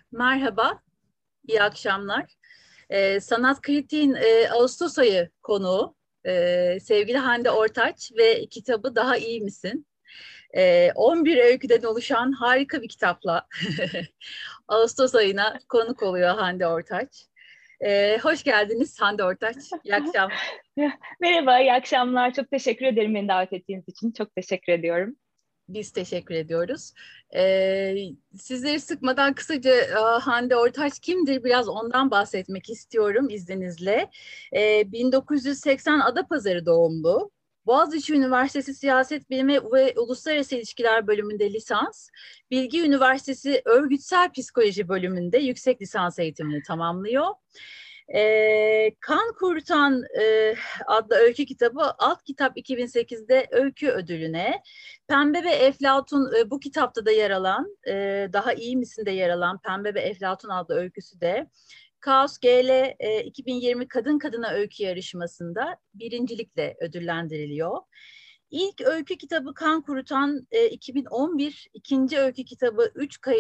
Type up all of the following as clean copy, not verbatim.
Merhaba, iyi akşamlar. Sanat Kritik'in Ağustos ayı konuğu sevgili Hande Ortaç ve kitabı Daha İyi Misin? 11 öyküden oluşan harika bir kitapla Ağustos ayına konuk oluyor Hande Ortaç. Hoş geldiniz Hande Ortaç. İyi akşamlar. Merhaba, iyi akşamlar. Çok teşekkür ederim beni davet ettiğiniz için. Çok teşekkür ediyorum. Biz teşekkür ediyoruz. Ee, Sizleri sıkmadan kısaca Hande Ortaç kimdir biraz ondan bahsetmek istiyorum izninizle. 1980 Adapazarı doğumlu. Boğaziçi Üniversitesi Siyaset Bilimi ve Uluslararası İlişkiler bölümünde lisans, Bilgi Üniversitesi Örgütsel Psikoloji bölümünde yüksek lisans eğitimini tamamlıyor. Kan Kurutan adlı öykü kitabı alt kitap 2008'de öykü ödülüne, Pembe ve Eflatun bu kitapta da yer alan, Daha iyi misin de yer alan Pembe ve Eflatun adlı öyküsü de Kaos GL 2020 Kadın Kadına Öykü Yarışması'nda birincilikle ödüllendiriliyor. İlk öykü kitabı Kan Kurutan 2011, ikinci öykü kitabı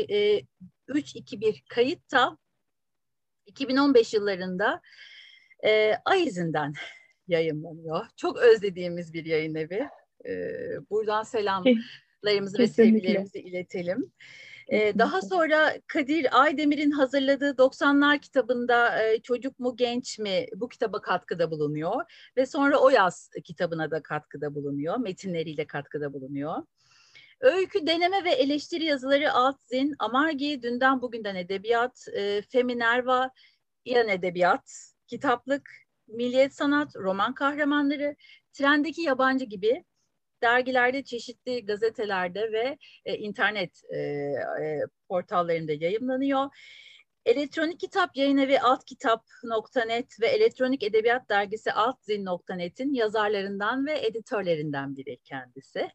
321 Kayıtta 2015 yıllarında Ay İzinden yayınlanıyor. Çok özlediğimiz bir yayın evi. Buradan selamlarımızı ve Kesinlikle. sevgilerimizi iletelim. Daha Kesinlikle. sonra Kadir Aydemir'in hazırladığı 90'lar kitabında Çocuk mu Genç mi bu kitaba katkıda bulunuyor. Ve sonra O Yaz kitabına da katkıda bulunuyor. Metinleriyle katkıda bulunuyor. Öykü, deneme ve eleştiri yazıları Altzin, Amargi, Dünden Bugünden Edebiyat, Feminerva, İran Edebiyat, Kitaplık, Milliyet Sanat, Roman Kahramanları, Trendeki Yabancı gibi dergilerde, çeşitli gazetelerde ve internet portallarında yayımlanıyor. Elektronik Kitap Yayınevi altkitap.net ve Elektronik Edebiyat Dergisi altzin.net'in yazarlarından ve editörlerinden biri kendisi.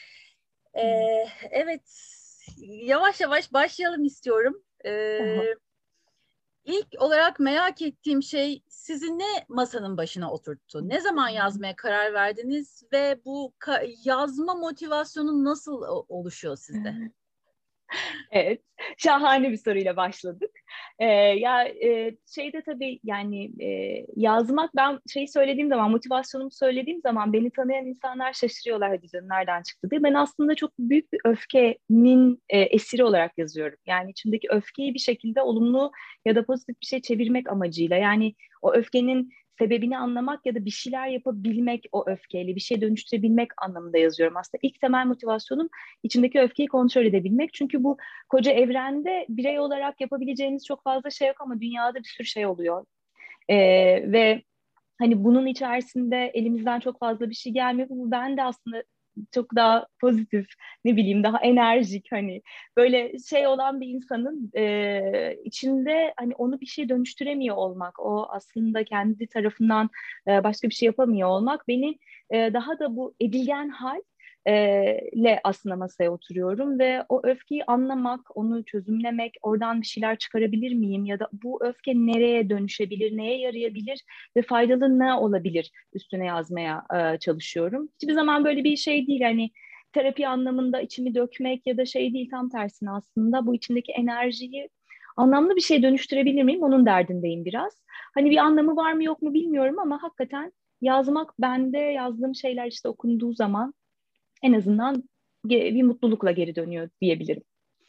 Evet, yavaş yavaş başlayalım istiyorum. Aha. İlk olarak merak ettiğim şey sizi ne masanın başına oturttu? Ne zaman yazmaya karar verdiniz ve bu yazma motivasyonu nasıl oluşuyor sizde? Evet, şahane bir soruyla başladık. Şeyde tabii yani yazmak ben şeyi söylediğim zaman, motivasyonumu söylediğim zaman beni tanıyan insanlar şaşırıyorlar hadi canım nereden çıktı diye. Ben aslında çok büyük bir öfkenin esiri olarak yazıyorum. Yani içimdeki öfkeyi bir şekilde olumlu ya da pozitif bir şey çevirmek amacıyla. Yani o öfkenin sebebini anlamak ya da bir şeyler yapabilmek o öfkeyle bir şey dönüştürebilmek anlamında yazıyorum. Aslında ilk temel motivasyonum içimdeki öfkeyi kontrol edebilmek. Çünkü bu koca evrende birey olarak yapabileceğimiz çok fazla şey yok ama dünyada bir sürü şey oluyor. Ve hani bunun içerisinde elimizden çok fazla bir şey gelmiyor. Bu ben de aslında çok daha pozitif, ne bileyim daha enerjik hani böyle şey olan bir insanın içinde hani onu bir şey dönüştüremiyor olmak, o aslında kendi tarafından başka bir şey yapamıyor olmak beni daha da bu edilgen hal le aslında masaya oturuyorum ve o öfkeyi anlamak, onu çözümlemek, oradan bir şeyler çıkarabilir miyim ya da bu öfke nereye dönüşebilir, neye yarayabilir ve faydalı ne olabilir üstüne yazmaya çalışıyorum. Hiçbir zaman böyle bir şey değil hani terapi anlamında içimi dökmek ya da şey değil, tam tersine aslında bu içindeki enerjiyi anlamlı bir şeye dönüştürebilir miyim onun derdindeyim biraz. Hani bir anlamı var mı yok mu bilmiyorum ama hakikaten yazmak, bende yazdığım şeyler işte okunduğu zaman en azından bir mutlulukla geri dönüyor diyebilirim.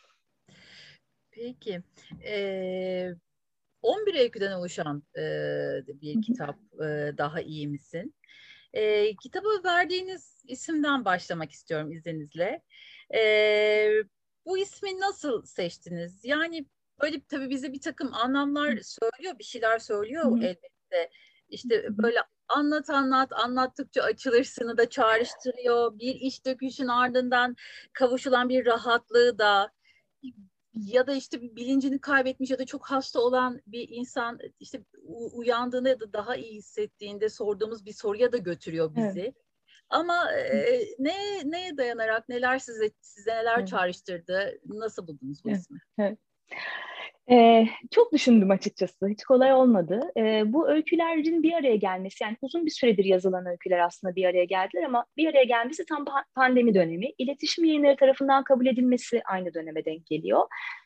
Peki, 11 öyküden oluşan bir kitap Daha iyi misin? Kitaba verdiğiniz isimden başlamak istiyorum izninizle. Bu ismi nasıl seçtiniz? Yani böyle tabii bize bir takım anlamlar söylüyor, bir şeyler söylüyor elbette. İşte böyle anlat anlat, anlattıkça açılırsını da çağrıştırıyor. Bir iç döküşün ardından kavuşulan bir rahatlığı da ya da işte bilincini kaybetmiş ya da çok hasta olan bir insan işte uyandığında ya da daha iyi hissettiğinde sorduğumuz bir soruya da götürüyor Evet, bizi. Ama neye dayanarak neler size neler evet, çağrıştırdı? Nasıl buldunuz bu evet, ismi? evet. Çok düşündüm açıkçası. Hiç kolay olmadı. Bu öykülerin bir araya gelmesi, yani uzun bir süredir yazılan öyküler aslında bir araya geldiler ama bir araya gelmesi tam pandemi dönemi. İletişim Yayınları tarafından kabul edilmesi aynı döneme denk geliyor.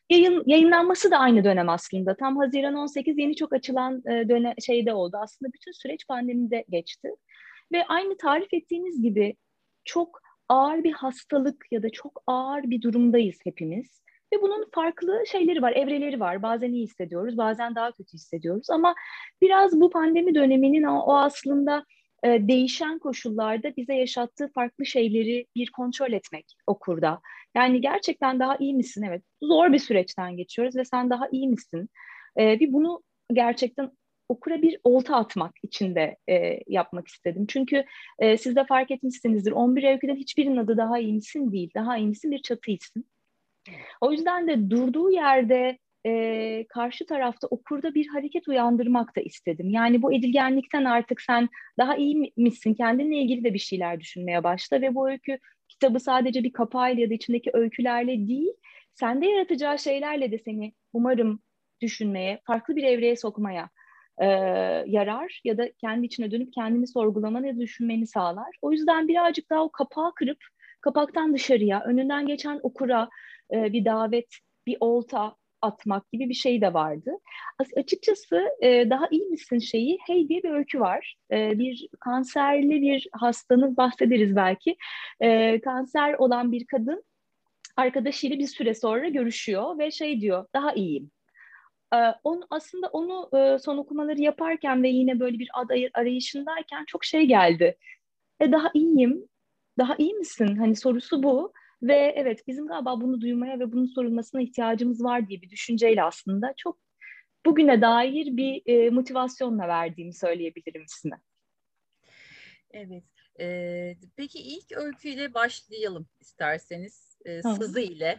Yayınlanması da aynı dönem aslında. Tam Haziran 18 yeni çok açılan dönem şeyde oldu. Aslında bütün süreç pandemide geçti. Ve aynı tarif ettiğiniz gibi çok ağır bir hastalık ya da çok ağır bir durumdayız hepimiz. Ve bunun farklı şeyleri var, evreleri var. Bazen iyi hissediyoruz, bazen daha kötü hissediyoruz. Ama biraz bu pandemi döneminin o aslında değişen koşullarda bize yaşattığı farklı şeyleri bir kontrol etmek okurda. Yani gerçekten daha iyi misin? Evet, zor bir süreçten geçiyoruz ve sen daha iyi misin? Bir bunu gerçekten okura bir olta atmak için de yapmak istedim. Çünkü siz de fark etmişsinizdir. 11 öyküden hiçbirinin adı daha iyi misin değil. Daha iyi misin bir çatı isim. O yüzden de durduğu yerde karşı tarafta okurda bir hareket uyandırmak da istedim. Yani bu edilgenlikten artık sen daha iyi misin? Kendinle ilgili de bir şeyler düşünmeye başla ve bu öykü kitabı sadece bir kapağıyla ya da içindeki öykülerle değil, sende yaratacağı şeylerle de seni umarım düşünmeye, farklı bir evreye sokmaya e, yarar ya da kendi içine dönüp kendini sorgulamanı ya da düşünmeni sağlar. O yüzden birazcık daha o kapağı kırıp kapaktan dışarıya, önünden geçen okura bir davet, bir olta atmak gibi bir şey de vardı. Açıkçası daha iyi misin şeyi, Hey diye bir öykü var. Bir kanserli bir hastanın bahsederiz belki. Kanser olan bir kadın arkadaşıyla bir süre sonra görüşüyor ve şey diyor, daha iyiyim. Aslında onu son okumaları yaparken ve yine böyle bir arayışındayken çok şey geldi. Daha iyiyim, daha iyi misin? Hani sorusu bu. Ve evet bizim galiba bunu duymaya ve bunun sorulmasına ihtiyacımız var diye bir düşünceyle aslında çok bugüne dair bir motivasyonla verdiğimi söyleyebilirim ismi. Evet. Peki ilk öyküyle başlayalım isterseniz. Tamam. Sızı ile.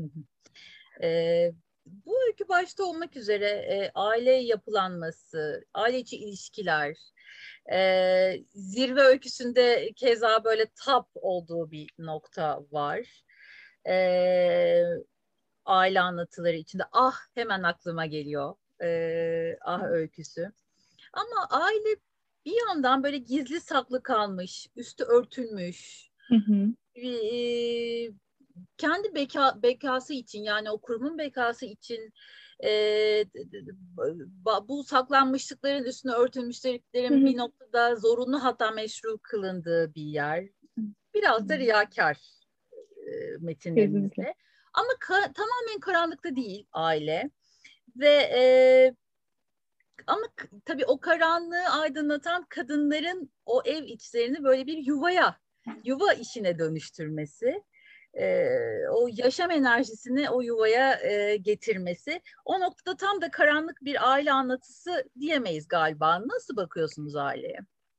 Bu öykü başta olmak üzere aile yapılanması, aile içi ilişkiler, zirve öyküsünde keza böyle tap olduğu bir nokta var. E, Aile anlatıları içinde hemen aklıma geliyor öyküsü. Ama aile bir yandan böyle gizli saklı kalmış, üstü örtülmüş. Hı hı. E, Kendi bekası için yani o kurumun bekası için bu saklanmışlıkların üstüne Hı örtülmüşlüklerin hı. bir noktada zorunlu hatta meşru kılındığı bir yer. Hı. Biraz da riyakar Kesinlikle. metinlerimizde. Ama tamamen karanlıkta değil aile. Ve ama tabii o karanlığı aydınlatan kadınların o ev içlerini böyle bir yuva işine dönüştürmesi, o yaşam enerjisini o yuvaya getirmesi. O noktada tam da karanlık bir aile anlatısı diyemeyiz galiba. Nasıl bakıyorsunuz aileye?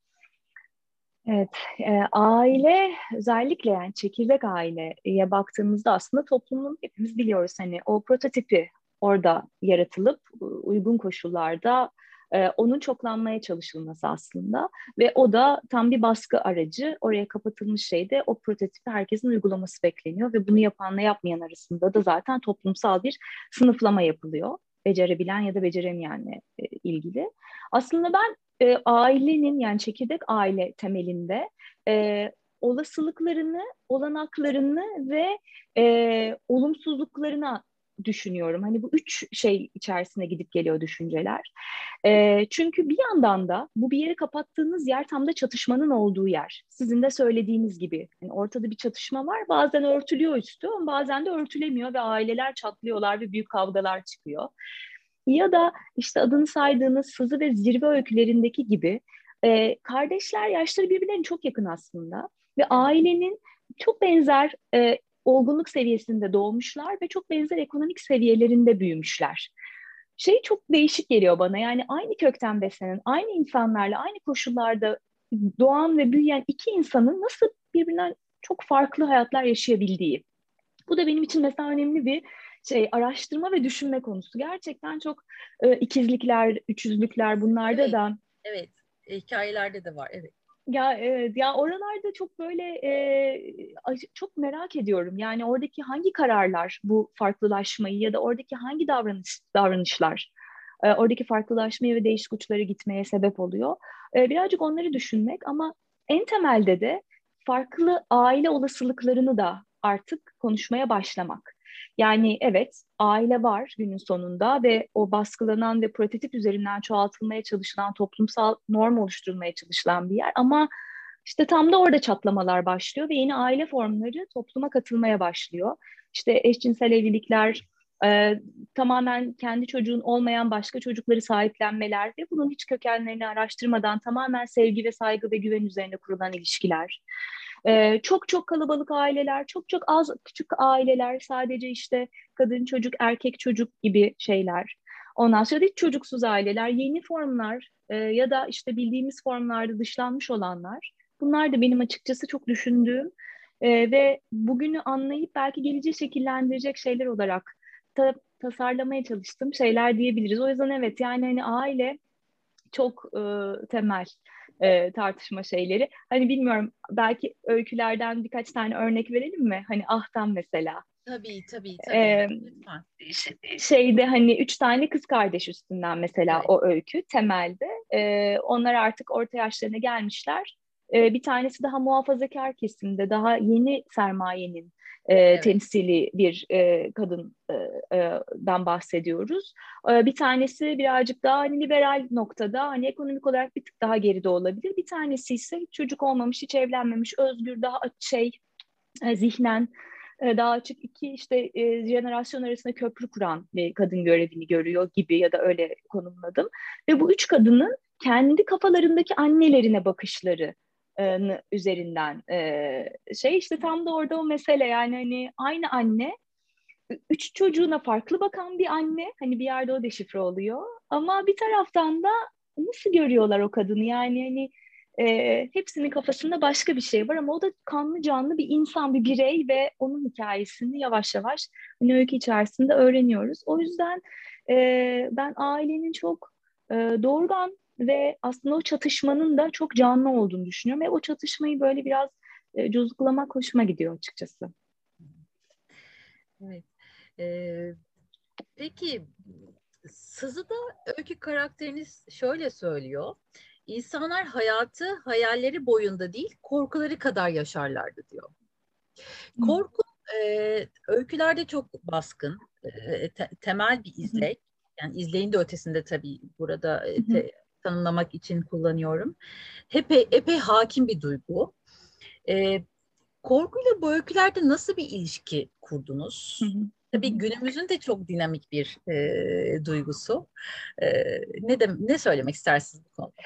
Evet, aile özellikle yani çekirdek aileye baktığımızda aslında toplumun hepimiz biliyoruz hani o prototipi orada yaratılıp uygun koşullarda onun çoklanmaya çalışılması aslında ve o da tam bir baskı aracı. Oraya kapatılmış şeyde o prototipi herkesin uygulaması bekleniyor ve bunu yapanla yapmayan arasında da zaten toplumsal bir sınıflama yapılıyor. Becerebilen ya da beceremeyenle ilgili. Aslında ben ailenin yani çekirdek aile temelinde e, olasılıklarını, olanaklarını ve olumsuzluklarına düşünüyorum. Hani bu üç şey içerisine gidip geliyor düşünceler. Çünkü bir yandan da bu bir yeri kapattığınız yer tam da çatışmanın olduğu yer. Sizin de söylediğiniz gibi. Yani ortada bir çatışma var. Bazen örtülüyor üstü ama bazen de örtülemiyor ve aileler çatlıyorlar ve büyük kavgalar çıkıyor. Ya da işte adını saydığınız Sızı ve Zirve öykülerindeki gibi kardeşler yaşları birbirlerine çok yakın aslında ve ailenin çok benzer olgunluk seviyesinde doğmuşlar ve çok benzer ekonomik seviyelerinde büyümüşler. Şey çok değişik geliyor bana yani aynı kökten beslenen, aynı insanlarla, aynı koşullarda doğan ve büyüyen iki insanın nasıl birbirinden çok farklı hayatlar yaşayabildiği. Bu da benim için mesela önemli bir şey araştırma ve düşünme konusu. Gerçekten çok ikizlikler, üçüzlükler bunlarda Evet, da evet. Hikayelerde de var, evet. ya evet ya oralarda çok böyle çok merak ediyorum. Yani oradaki hangi kararlar bu farklılaşmayı ya da oradaki hangi davranışlar oradaki farklılaşmayı ve değişik uçlara gitmeye sebep oluyor. Birazcık onları düşünmek ama en temelde de farklı aile olasılıklarını da artık konuşmaya başlamak. Yani evet, aile var günün sonunda ve o baskılanan ve prototip üzerinden çoğaltılmaya çalışılan, toplumsal norm oluşturulmaya çalışılan bir yer. Ama işte tam da orada çatlamalar başlıyor ve yeni aile formları topluma katılmaya başlıyor. İşte eşcinsel evlilikler, e, tamamen kendi çocuğun olmayan başka çocukları sahiplenmeler ve bunun hiç kökenlerini araştırmadan tamamen sevgi ve saygı ve güven üzerine kurulan ilişkiler. Çok çok kalabalık aileler, çok çok az küçük aileler, sadece işte kadın çocuk, erkek çocuk gibi şeyler. Ondan sonra da hiç çocuksuz aileler, yeni formlar ya da işte bildiğimiz formlarda dışlanmış olanlar. Bunlar da benim açıkçası çok düşündüğüm ve bugünü anlayıp belki geleceği şekillendirecek şeyler olarak tasarlamaya çalıştığım şeyler diyebiliriz. O yüzden evet, yani hani aile çok temel tartışma şeyleri. Hani bilmiyorum, belki öykülerden birkaç tane örnek verelim mi? Hani Ah'tan mesela. Tabii, tabii, tabii. E, Lütfen. Şeyde hani üç tane kız kardeş üstünden mesela Evet, o öykü temelde. Onlar artık orta yaşlarına gelmişler. Bir tanesi daha muhafazakar kesimde, daha yeni sermayenin evet. temsili bir kadından bahsediyoruz. Bir tanesi birazcık daha hani liberal noktada, hani ekonomik olarak bir tık daha geride olabilir. Bir tanesi ise hiç çocuk olmamış, hiç evlenmemiş, özgür, daha zihnen daha açık, iki işte jenerasyon arasında köprü kuran bir kadın görevini görüyor gibi, ya da öyle konumladım. Ve bu üç kadının kendi kafalarındaki annelerine bakışları üzerinden işte tam da orada o mesele, yani hani aynı anne üç çocuğuna farklı bakan bir anne, hani bir yerde o deşifre oluyor, ama bir taraftan da nasıl görüyorlar o kadını, yani hani hepsinin kafasında başka bir şey var, ama o da kanlı canlı bir insan, bir birey ve onun hikayesini yavaş yavaş hani öykü içerisinde öğreniyoruz. O yüzden ben ailenin çok doğrudan ve aslında o çatışmanın da çok canlı olduğunu düşünüyorum ve o çatışmayı böyle biraz cozuklamak hoşuma gidiyor açıkçası. Evet. Ee, peki Sızı'da öykü karakteriniz şöyle söylüyor. İnsanlar hayatı hayalleri boyunda değil, korkuları kadar yaşarlardı diyor. Korku öykülerde çok baskın, temel bir izlek. Yani izleyin de ötesinde tabii burada tanımlamak için kullanıyorum. Epey hakim bir duygu. E, Korkuyla bu öykülerde nasıl bir ilişki kurdunuz? Tabii günümüzün de çok dinamik bir duygusu. E, ne söylemek istersiniz bu konuda?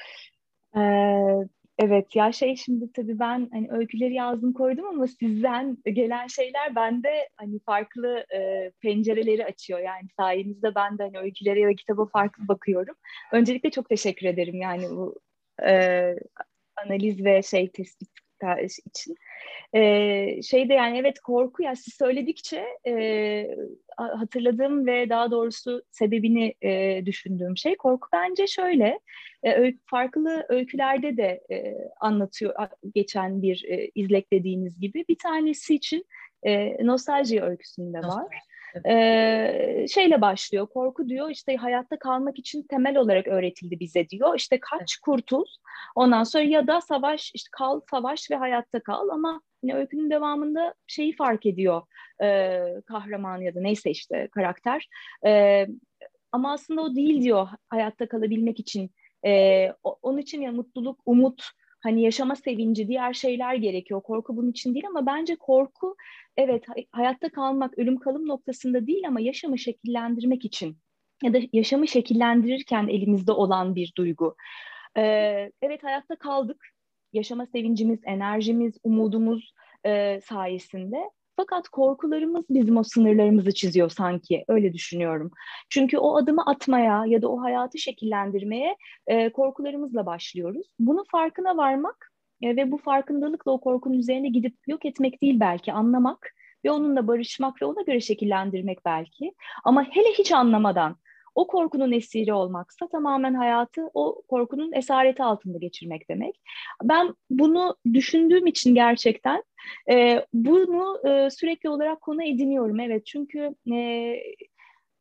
Evet ya, şimdi tabii ben hani öyküleri yazdım koydum, ama sizden gelen şeyler bende hani farklı pencereleri açıyor. Yani sayenizde ben de hani öykülere ve kitaba farklı bakıyorum. Öncelikle çok teşekkür ederim yani bu e, analiz ve tespit için. Şeyde yani evet, korku ya, siz söyledikçe hatırladığım ve daha doğrusu sebebini düşündüğüm şey, korku bence şöyle farklı öykülerde de anlatıyor geçen bir izlek dediğiniz gibi, bir tanesi için nostalji öyküsünde var. Nostalji. Evet. Şeyle başlıyor. Korku diyor işte hayatta kalmak için temel olarak öğretildi bize diyor. İşte Evet. kaç, kurtul. Ondan sonra ya da savaş, işte kal, savaş ve hayatta kal, ama yine öykünün devamında şeyi fark ediyor kahraman ya da neyse işte karakter. E, Ama aslında o değil diyor hayatta kalabilmek için. Onun için ya mutluluk, umut, hani yaşama sevinci, diğer şeyler gerekiyor. Korku bunun için değil, ama bence korku evet hayatta kalmak, ölüm kalım noktasında değil, ama yaşamı şekillendirmek için ya da yaşamı şekillendirirken elimizde olan bir duygu. Evet, hayatta kaldık. Yaşama sevincimiz, enerjimiz, umudumuz sayesinde. Fakat korkularımız bizim o sınırlarımızı çiziyor sanki. Öyle düşünüyorum. Çünkü o adımı atmaya ya da o hayatı şekillendirmeye korkularımızla başlıyoruz. Bunun farkına varmak ve bu farkındalıkla o korkunun üzerine gidip yok etmek değil, belki anlamak ve onunla barışmak ve ona göre şekillendirmek belki. Ama hele hiç anlamadan o korkunun esiri olmaksa tamamen hayatı o korkunun esareti altında geçirmek demek. Ben bunu düşündüğüm için gerçekten bunu sürekli olarak konu ediniyorum. Evet, çünkü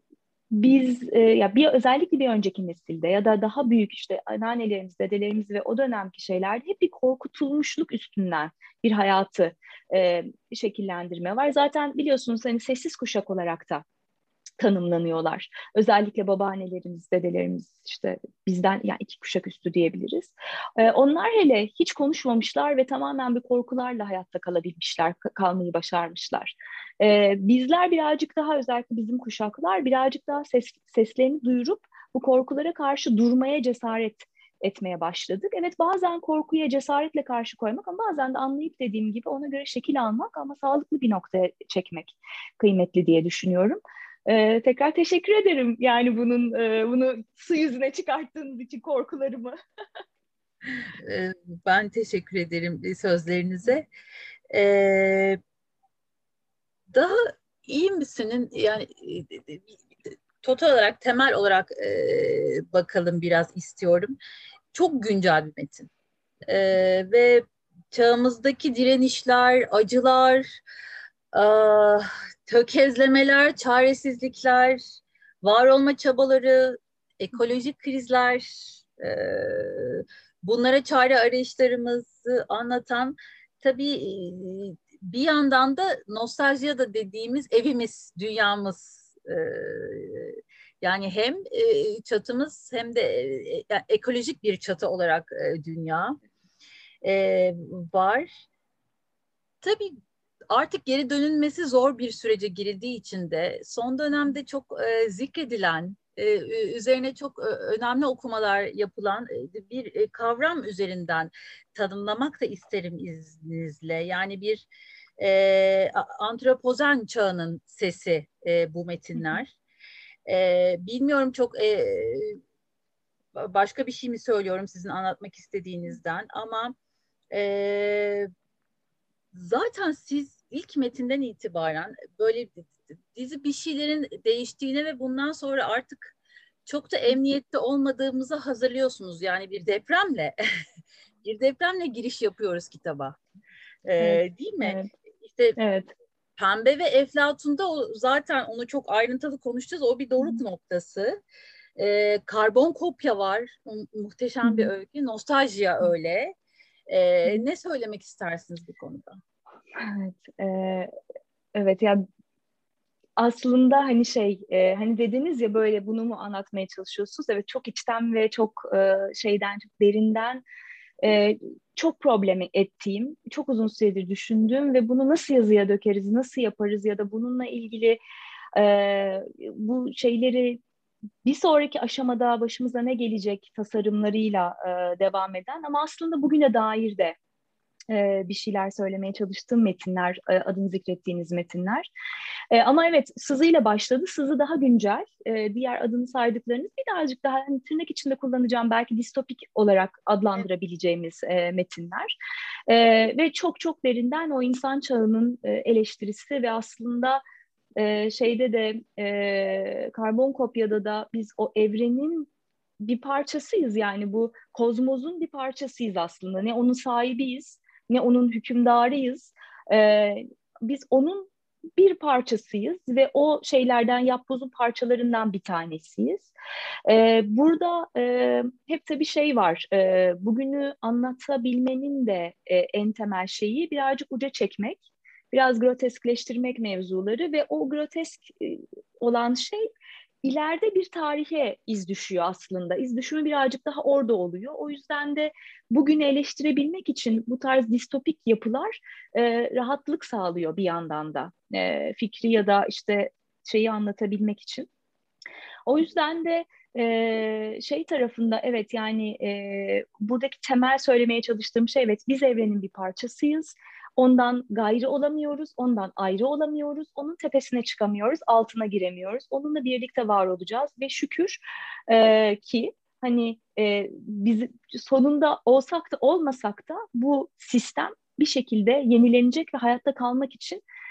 biz ya özellikle bir önceki nesilde ya da daha büyük işte anneannelerimiz, dedelerimiz ve o dönemki şeylerde hep bir korkutulmuşluk üstünden bir hayatı şekillendirme var. Zaten biliyorsunuz hani sessiz kuşak olarak da tanımlanıyorlar. Özellikle babaannelerimiz, dedelerimiz işte bizden yani 2 kuşak üstü diyebiliriz. Onlar hele hiç konuşmamışlar ve tamamen bir korkularla hayatta kalabilmişler, kalmayı başarmışlar. Bizler birazcık daha özellikle bizim kuşaklar birazcık daha seslerini duyurup bu korkulara karşı durmaya cesaret etmeye başladık. Evet bazen korkuya cesaretle karşı koymak ama bazen de anlayıp dediğim gibi ona göre şekil almak ama sağlıklı bir noktaya çekmek kıymetli diye düşünüyorum. Tekrar teşekkür ederim. Yani bunu su yüzüne çıkarttığınız için korkularımı. Ben teşekkür ederim sözlerinize. Ee, Daha iyi misinin yani total olarak temel olarak bakalım biraz istiyorum. Çok güncel bir metin. Ve çağımızdaki direnişler, acılar, tökezlemeler, çaresizlikler, var olma çabaları, ekolojik krizler, e, bunlara çare arayışlarımızı anlatan tabii bir yandan da nostaljiya da dediğimiz evimiz, dünyamız, yani hem çatımız hem de yani ekolojik bir çatı olarak dünya var. Tabii artık geri dönülmesi zor bir sürece girildiği için de son dönemde çok zikredilen, üzerine çok önemli okumalar yapılan bir kavram üzerinden tanımlamak da isterim izninizle. Yani bir antropozen çağının sesi bu metinler. Bilmiyorum çok başka bir şey mi söylüyorum sizin anlatmak istediğinizden ama e, zaten siz ilk metinden itibaren böyle dizi bir şeylerin değiştiğine ve bundan sonra artık çok da emniyette olmadığımızı hazırlıyorsunuz. Yani bir depremle bir depremle giriş yapıyoruz kitaba. Evet, Değil mi? evet, İşte evet. Pembe ve Eflatun'da zaten onu çok ayrıntılı konuşacağız. O bir doruk noktası. Karbon kopya var. Muhteşem bir öykü. Nostaljiya öyle. Ne söylemek istersiniz bu konuda? Evet, evet ya aslında hani hani dediniz ya böyle bunu mu anlatmaya çalışıyorsunuz? Evet çok içten ve çok çok derinden e, çok problem ettiğim, çok uzun süredir düşündüğüm ve bunu nasıl yazıya dökeriz, nasıl yaparız ya da bununla ilgili e, bu şeyleri bir sonraki aşamada başımıza ne gelecek tasarımlarıyla devam eden ama aslında bugüne dair de bir şeyler söylemeye çalıştığım metinler, adını zikrettiğiniz metinler. Ama evet sızıyla başladı. Sızı daha güncel. Diğer adını saydıklarınız birazcık daha hani, tırnak içinde kullanacağım belki distopik olarak Evet. adlandırabileceğimiz metinler. Ve çok çok derinden o insan çağının eleştirisi ve aslında şeyde de karbon kopyada da biz o evrenin bir parçasıyız yani bu kozmosun bir parçasıyız aslında. Ne onun sahibiyiz, ne onun hükümdarıyız. Ee, Biz onun bir parçasıyız ve o şeylerden yapbozun parçalarından bir tanesiyiz. Burada hep tabii şey var. Bugünü anlatabilmenin de en temel şeyi birazcık uca çekmek, biraz groteskleştirmek mevzuları ve o grotesk olan şey ileride bir tarihe iz düşüyor aslında. İz düşümü birazcık daha orada oluyor. O yüzden de bugünü eleştirebilmek için bu tarz distopik yapılar rahatlık sağlıyor bir yandan da. Fikri ya da işte şeyi anlatabilmek için. O yüzden de şey tarafında evet yani buradaki temel söylemeye çalıştığım şey evet biz evrenin bir parçasıyız. Ondan gayrı olamıyoruz, ondan ayrı olamıyoruz, onun tepesine çıkamıyoruz, altına giremiyoruz. Onunla birlikte var olacağız ve şükür ki hani biz sonunda olsak da olmasak da bu sistem bir şekilde yenilenecek ve hayatta kalmak için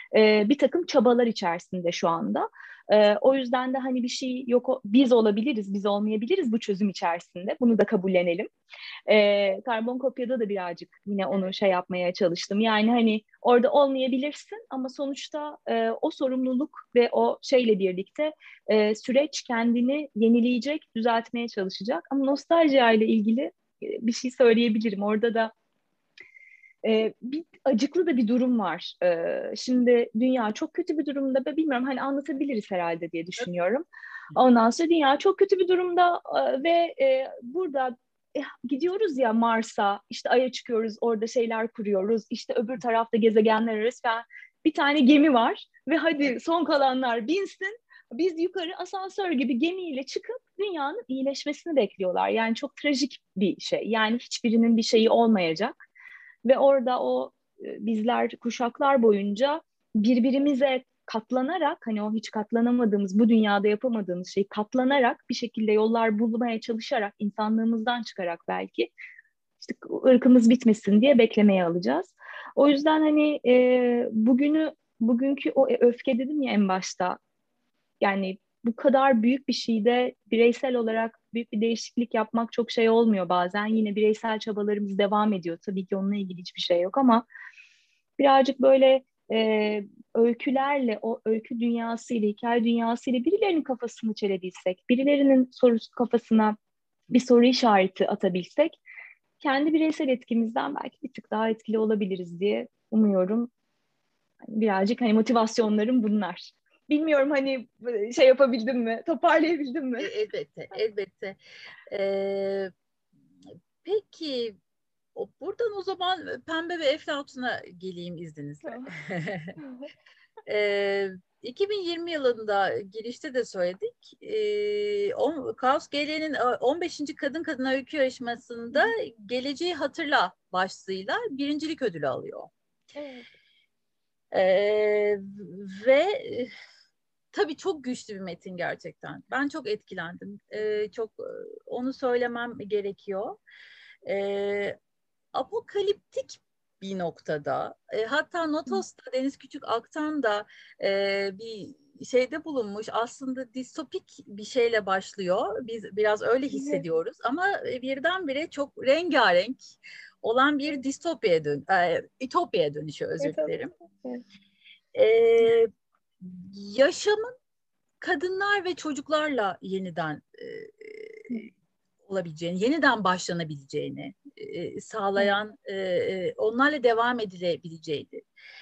bir takım çabalar içerisinde şu anda. O yüzden de hani bir şey yok, biz olabiliriz, biz olmayabiliriz bu çözüm içerisinde. Bunu da kabullenelim. Karbon kopyada da birazcık yine onu şey yapmaya çalıştım. Yani hani orada olmayabilirsin ama sonuçta o sorumluluk ve o şeyle birlikte süreç kendini yenileyecek, düzeltmeye çalışacak. Ama nostalji ile ilgili bir şey söyleyebilirim. Orada da bir acıklı da bir durum var. Şimdi dünya çok kötü bir durumda. Ben bilmiyorum, hani anlatabiliriz herhalde diye düşünüyorum. Ondan sonra dünya çok kötü bir durumda ve burada gidiyoruz ya Mars'a, işte Ay'a çıkıyoruz, orada şeyler kuruyoruz. İşte öbür tarafta gezegenler arası falan bir tane gemi var ve hadi son kalanlar binsin. Biz yukarı asansör gibi gemiyle çıkıp dünyanın iyileşmesini bekliyorlar. Yani çok trajik bir şey. Yani hiçbirinin bir şeyi olmayacak. Ve orada o bizler kuşaklar boyunca birbirimize katlanarak, hani o hiç katlanamadığımız, bu dünyada yapamadığımız şeyi katlanarak bir şekilde yollar bulmaya çalışarak, insanlığımızdan çıkarak belki işte ırkımız bitmesin diye beklemeye alacağız. O yüzden hani bugünkü o öfke dedim ya en başta, yani bu kadar büyük bir şeyde bireysel olarak büyük bir değişiklik yapmak çok şey olmuyor bazen. Yine bireysel çabalarımız devam ediyor. Tabii ki onunla ilgili hiçbir şey yok ama birazcık böyle öykülerle, o öykü dünyasıyla, hikaye dünyasıyla birilerinin kafasını çelebilsek, birilerinin sorusu kafasına bir soru işareti atabilsek, kendi bireysel etkimizden belki bir tık daha etkili olabiliriz diye umuyorum. Birazcık hani motivasyonlarım bunlar. Bilmiyorum hani şey yapabildim mi, toparlayabildim mi? Elbette, elbette. Ee, peki buradan o zaman Pembe ve Eflatun'a geleyim izninizle. Tamam. 2020 yılında girişte de söyledik. Kaos GL'nin 15. Kadın Kadına Öykü Yarışması'nda Geleceği Hatırla başlığıyla birincilik ödülü alıyor. Evet. Ee, ve tabii çok güçlü bir metin gerçekten. Ben çok etkilendim. Onu söylemem gerekiyor. Apokaliptik bir noktada. Hatta Notos'ta Deniz Küçük Aktan da bir şeyde bulunmuş. Aslında distopik bir şeyle başlıyor. Biz biraz öyle hissediyoruz. Ama birdenbire çok rengarenk olan bir ütopyaya dönüşüyor, özür dilerim. Yaşamın kadınlar ve çocuklarla yeniden olabileceğini, yeniden başlanabileceğini sağlayan, onlarla devam edilebileceğini.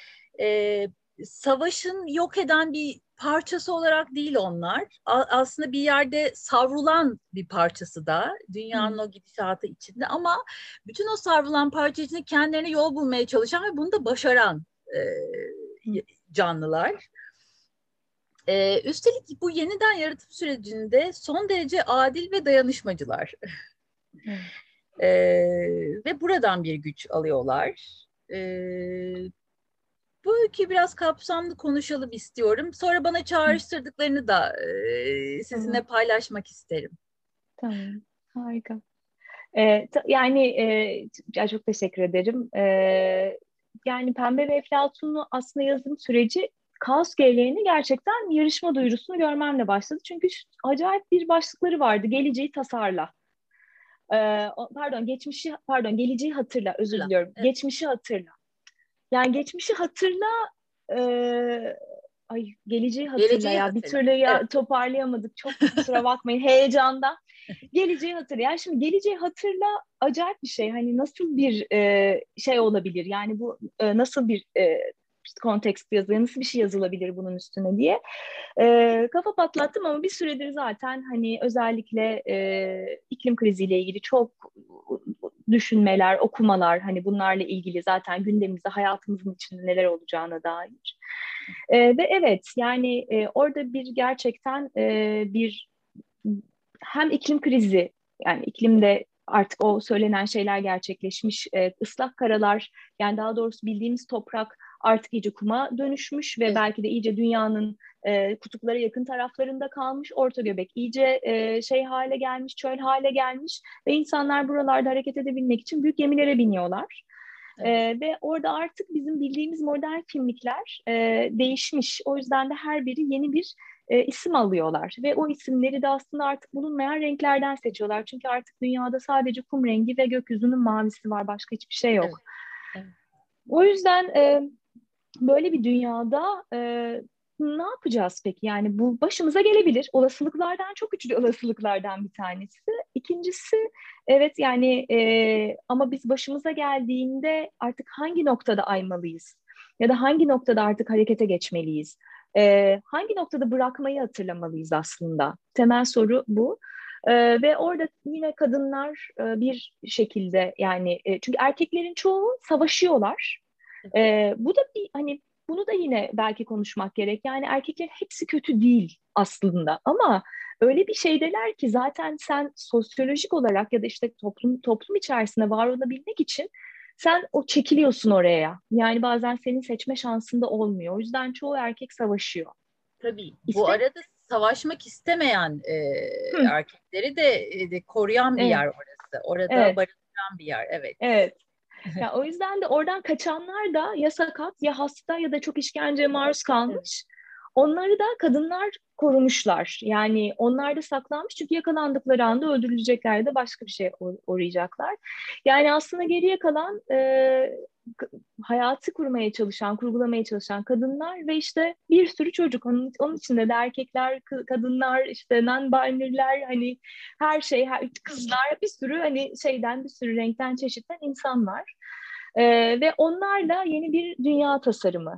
Savaşın yok eden bir parçası olarak değil onlar. Aslında bir yerde savrulan bir parçası da dünyanın o gidişatı içinde, ama bütün o savrulan parça içinde kendilerine yol bulmaya çalışan ve bunu da başaran canlılar. Üstelik bu yeniden yaratım sürecinde son derece adil ve dayanışmacılar. Ve buradan bir güç alıyorlar. Bu öyküyü biraz kapsamlı konuşalım istiyorum. Sonra bana çağrıştırdıklarını da sizinle paylaşmak isterim. Tamam, harika. Yani ya çok teşekkür ederim. Yani Pembe ve Eflatun'u aslında yazım süreci Kaos Gevleğini gerçekten yarışma duyurusunu görmemle başladı. Çünkü acayip bir başlıkları vardı. Geleceği tasarla. Geleceği hatırla, özür diliyorum. Evet. Geçmişi hatırla. Yani geçmişi hatırla, e, geleceği hatırla Geleceği ya. Bir hatırla. türlü ya Evet. toparlayamadık. Çok kusura bakmayın heyecandan. Geleceği hatırla. Yani şimdi geleceği hatırla acayip bir şey. Hani nasıl bir şey olabilir? Yani bu nasıl bir kontekst yazıyor, nasıl bir şey yazılabilir bunun üstüne diye. Kafa patlattım ama bir süredir zaten hani özellikle iklim kriziyle ilgili çok düşünmeler, okumalar, hani bunlarla ilgili zaten gündemimizde, hayatımızın içinde neler olacağına dair. Ve evet yani orada bir gerçekten bir hem iklim krizi, yani iklimde artık o söylenen şeyler gerçekleşmiş, ıslak karalar, yani daha doğrusu bildiğimiz toprak artık iyice kuma dönüşmüş ve Evet. belki de iyice dünyanın kutuplara yakın taraflarında kalmış, orta göbek iyice şey hale gelmiş, çöl hale gelmiş ve insanlar buralarda hareket edebilmek için büyük gemilere biniyorlar. Ve orada artık bizim bildiğimiz modern kimlikler değişmiş. O yüzden de her biri yeni bir isim alıyorlar. Ve o isimleri de aslında artık bulunmayan renklerden seçiyorlar. Çünkü artık dünyada sadece kum rengi ve gökyüzünün mavisi var. Başka hiçbir şey yok. Evet. Evet. O yüzden böyle bir dünyada ne yapacağız peki? Yani bu başımıza gelebilir. Olasılıklardan, çok güçlü olasılıklardan bir tanesi. İkincisi, evet yani ama biz başımıza geldiğinde artık hangi noktada aymalıyız? Ya da hangi noktada artık harekete geçmeliyiz? Hangi noktada bırakmayı hatırlamalıyız aslında? Temel soru bu. Ve orada yine kadınlar bir şekilde yani çünkü erkeklerin çoğu savaşıyorlar. Bu da bir hani bunu da yine belki konuşmak gerek. Yani erkeklerin hepsi kötü değil aslında ama öyle bir şeydeler ki zaten sen sosyolojik olarak ya da işte toplum içerisinde var olabilmek için sen o çekiliyorsun oraya. Yani bazen senin seçme şansın da olmuyor. O yüzden çoğu erkek savaşıyor. Tabii. Bu İste arada savaşmak istemeyen Hı, erkekleri de koruyan bir evet, yer orası. Orada evet, barındıran bir yer. Evet. evet. Ya o yüzden de oradan kaçanlar da ya sakat ya hasta ya da çok işkenceye maruz Evet. kalmış. Onları da kadınlar korumuşlar. Yani onlar da saklanmış çünkü yakalandıkları anda öldürülecekler ya da başka bir şey uğrayacaklar. Yani aslında geriye kalan hayatı kurmaya çalışan, kurgulamaya çalışan kadınlar ve işte bir sürü çocuk. Onun içinde de erkekler, kadınlar, işte non-binary'ler, hani her şey, kızlar, bir sürü hani şeyden, bir sürü renkten, çeşitten insan var. Ve onlarla yeni bir dünya tasarımı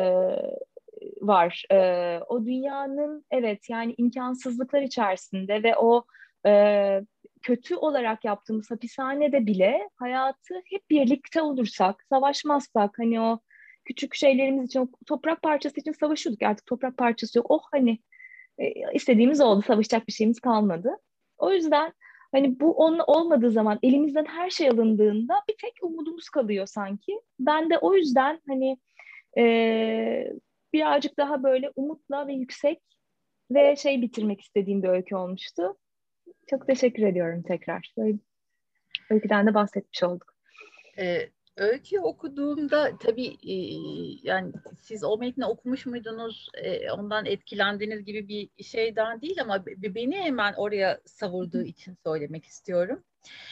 var. O dünyanın evet yani imkansızlıklar içerisinde ve o e, kötü olarak yaptığımız hapishanede bile hayatı hep birlikte olursak, savaşmazsak hani o küçük şeylerimiz için, o toprak parçası için savaşıyorduk. Artık toprak parçası yok. Oh hani istediğimiz oldu. Savaşacak bir şeyimiz kalmadı. O yüzden hani bu onun olmadığı zaman elimizden her şey alındığında bir tek umudumuz kalıyor sanki. Ben de o yüzden hani e, birazcık daha böyle umutla ve yüksek ve şey bitirmek istediğim bir öykü olmuştu. Çok teşekkür ediyorum tekrar. Böyle öyküden de bahsetmiş olduk. Öykü okuduğumda tabii yani siz o metni okumuş muydunuz, ondan etkilendiğiniz gibi bir şeyden değil ama beni hemen oraya savurduğu için söylemek istiyorum.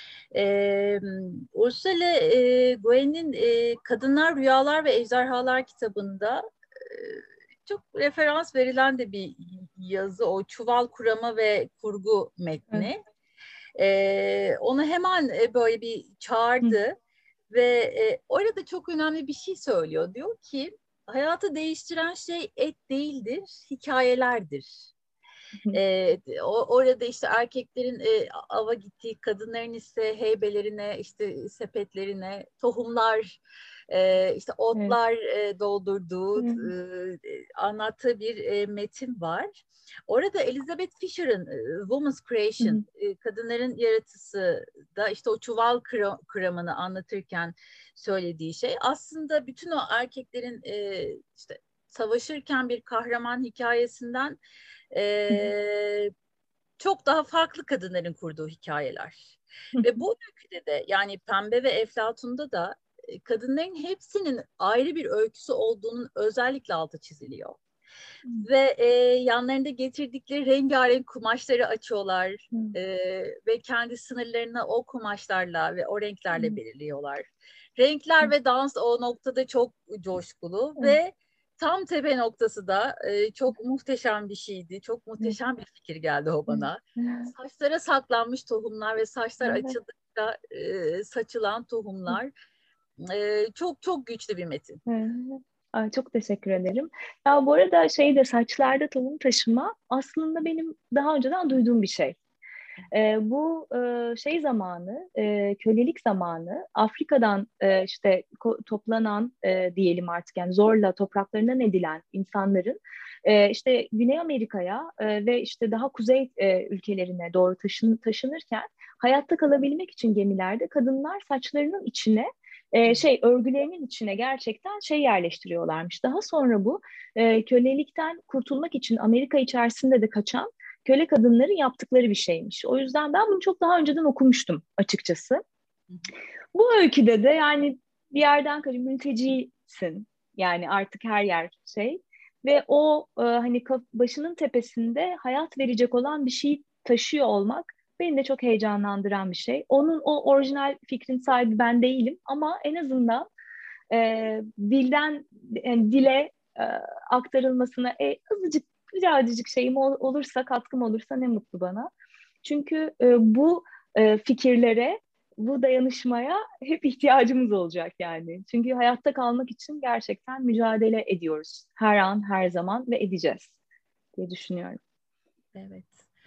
Ursula Le Guin'in Kadınlar, Rüyalar ve Ejderhalar kitabında çok referans verilen de bir yazı, o çuval kurama ve kurgu Evet. metni. Onu hemen böyle bir Hı, çağırdı ve orada çok önemli bir şey söylüyor. Diyor ki hayatı değiştiren şey et değildir, hikayelerdir. hı, Orada işte erkeklerin ava gittiği, kadınların ise heybelerine, işte sepetlerine tohumlar, işte evet. otlar doldurduğu, Hı, anlattığı bir metin var. Orada Elizabeth Fisher'ın Woman's Creation, hı, kadınların yaratısı da işte o çuval kıramını anlatırken söylediği şey aslında bütün o erkeklerin işte savaşırken bir kahraman hikayesinden hı, çok daha farklı kadınların kurduğu hikayeler. hı, Ve bu öyküde de yani Pembe ve Eflatun'da da kadınların hepsinin ayrı bir öyküsü olduğunun özellikle altı çiziliyor. Ve yanlarında getirdikleri rengarenk kumaşları açıyorlar hı, ve kendi sınırlarını o kumaşlarla ve o renklerle hı, belirliyorlar. hı, Renkler ve dans o noktada çok coşkulu hı, ve tam tepe noktası da çok muhteşem bir şeydi. Çok hı, muhteşem bir fikir geldi o hı, bana. hı, Saçlara saklanmış tohumlar ve saçlar hı, açıldıkça saçılan tohumlar. Çok çok güçlü bir metin. hı. Ay, çok teşekkür ederim. Ya bu arada şeyde saçlarda tohum taşıma aslında benim daha önceden duyduğum bir şey. Bu şey zamanı, kölelik zamanı Afrika'dan işte toplanan diyelim artık yani zorla topraklarından edilen insanların işte Güney Amerika'ya ve işte daha kuzey ülkelerine doğru taşınırken hayatta kalabilmek için gemilerde kadınlar saçlarının içine şey örgülerinin içine gerçekten şey yerleştiriyorlarmış. Daha sonra bu kölelikten kurtulmak için Amerika içerisinde de kaçan köle kadınların yaptıkları bir şeymiş. O yüzden ben bunu çok daha önceden okumuştum açıkçası. Bu öyküde de yani bir yerden kaçıp mültecisin. Yani artık her yer şey. Ve o hani başının tepesinde hayat verecek olan bir şey taşıyor olmak beni de çok heyecanlandıran bir şey. Onun o orijinal fikrin sahibi ben değilim ama en azından dilden yani dile e, aktarılmasına azıcık birazcık şeyim olursa, katkım olursa ne mutlu bana. Çünkü bu fikirlere, bu dayanışmaya hep ihtiyacımız olacak yani. Çünkü hayatta kalmak için gerçekten mücadele ediyoruz. Her an, her zaman ve edeceğiz diye düşünüyorum. Evet.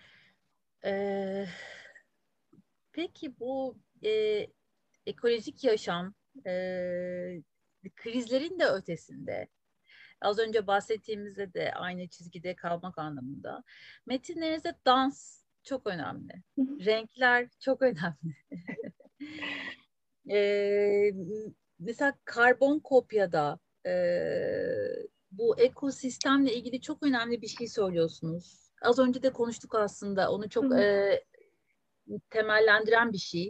Peki bu ekolojik yaşam krizlerin de ötesinde, az önce bahsettiğimizde de aynı çizgide kalmak anlamında, metinlerinizde dans çok önemli. Renkler çok önemli. E, Mesela karbon kopyada bu ekosistemle ilgili çok önemli bir şey söylüyorsunuz. Az önce de konuştuk aslında. Onu çok temellendiren bir şey.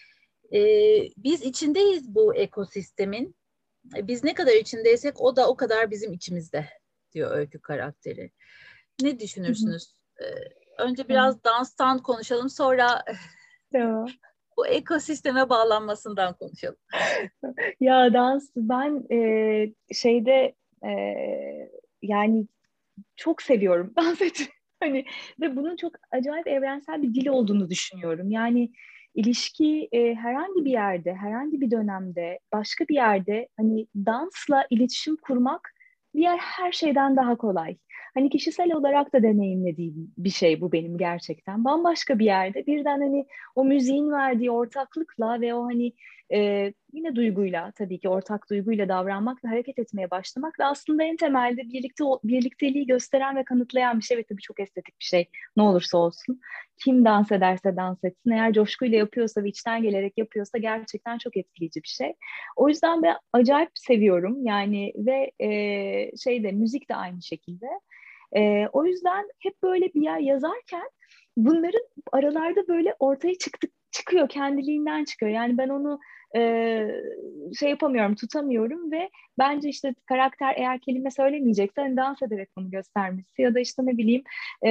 Biz içindeyiz bu ekosistemin. Biz ne kadar içindeysek o da o kadar bizim içimizde diyor öykü karakteri. Ne düşünürsünüz? Önce biraz danstan konuşalım, sonra Tamam. bu ekosisteme bağlanmasından konuşalım. Ya dans ben şeyde e, yani çok seviyorum dans etmeyi. Hani ve bunun çok acayip evrensel bir dil olduğunu düşünüyorum. Yani ilişki herhangi bir yerde, herhangi bir dönemde, başka bir yerde hani dansla iletişim kurmak diğer her şeyden daha kolay. Hani kişisel olarak da deneyimlediğim bir şey bu benim gerçekten. Bambaşka bir yerde birden hani o müziğin verdiği ortaklıkla ve o hani yine duyguyla tabii ki ortak duyguyla davranmak ve hareket etmeye başlamak ve aslında en temelde birlikteliği gösteren ve kanıtlayan bir şey ve tabii çok estetik bir şey ne olursa olsun. Kim dans ederse dans etsin eğer coşkuyla yapıyorsa ve içten gelerek yapıyorsa gerçekten çok etkileyici bir şey. O yüzden ben acayip seviyorum yani ve şeyde müzik de aynı şekilde. O yüzden hep böyle bir yer yazarken bunların aralarda böyle ortaya çıkıyor, kendiliğinden çıkıyor. Yani ben onu şey yapamıyorum, tutamıyorum ve bence işte karakter eğer kelime söylemeyecekse hani dans ederek bunu göstermesi ya da işte ne bileyim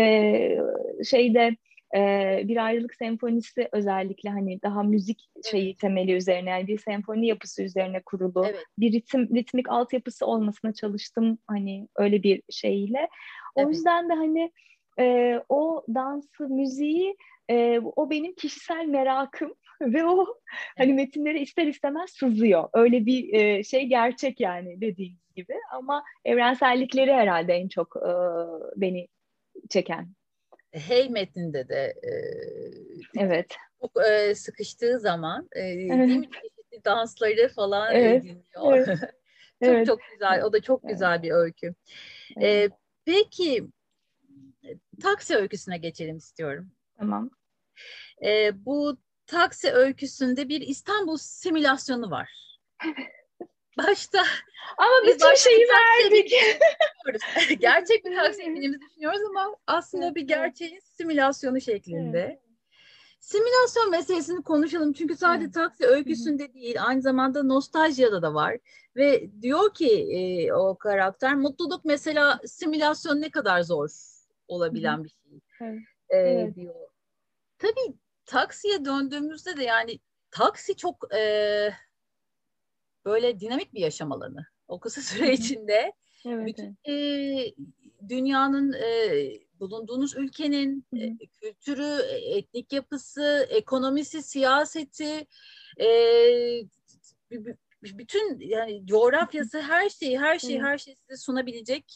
şeyde bir ayrılık senfonisi özellikle hani daha müzik şeyi Evet, temeli üzerine yani bir senfoni yapısı üzerine kurulu evet, bir ritmik altyapısı olmasına çalıştım hani öyle bir şeyle. O evet. yüzden de hani o dansı, müziği o benim kişisel merakım ve o hani Evet. metinleri ister istemez sızıyor. Öyle bir şey gerçek yani dediğiniz gibi. Ama evrensellikleri herhalde en çok beni çeken. Hey metninde de Evet. çok sıkıştığı zaman değil Evet. mi, çeşitli dansları falan Evet. dinliyor. Evet. Çok Evet. çok güzel. O da çok Evet. güzel bir öykü. Evet. Peki taksi öyküsüne geçelim istiyorum. Tamam. Bu taksi öyküsünde bir İstanbul simülasyonu var. Başta Ama biz bütün başta bir şeyi taksiye verdik. bindiğimizi düşünüyoruz. Gerçek bir taksiye bindiğimizi düşünüyoruz ama aslında o bir Evet. gerçeğin simülasyonu Evet. şeklinde. Simülasyon meselesini konuşalım çünkü sadece Evet. taksi Hı hı. öyküsünde değil, aynı zamanda nostaljiyada da var. Ve diyor ki o karakter, mutluluk mesela simülasyon ne kadar zor Hı hı. olabilen bir şey Evet. Evet. diyor. Tabii taksiye döndüğümüzde de yani taksi çok böyle dinamik bir yaşam alanı. O kısa Hı süre hı. içinde Evet. bütün Evet. dünyanın, bulunduğunuz ülkenin Hı hı. kültürü, etnik yapısı, ekonomisi, siyaseti, e, bütün yani coğrafyası, her şeyi, her şeyi, Evet. her şeyi size sunabilecek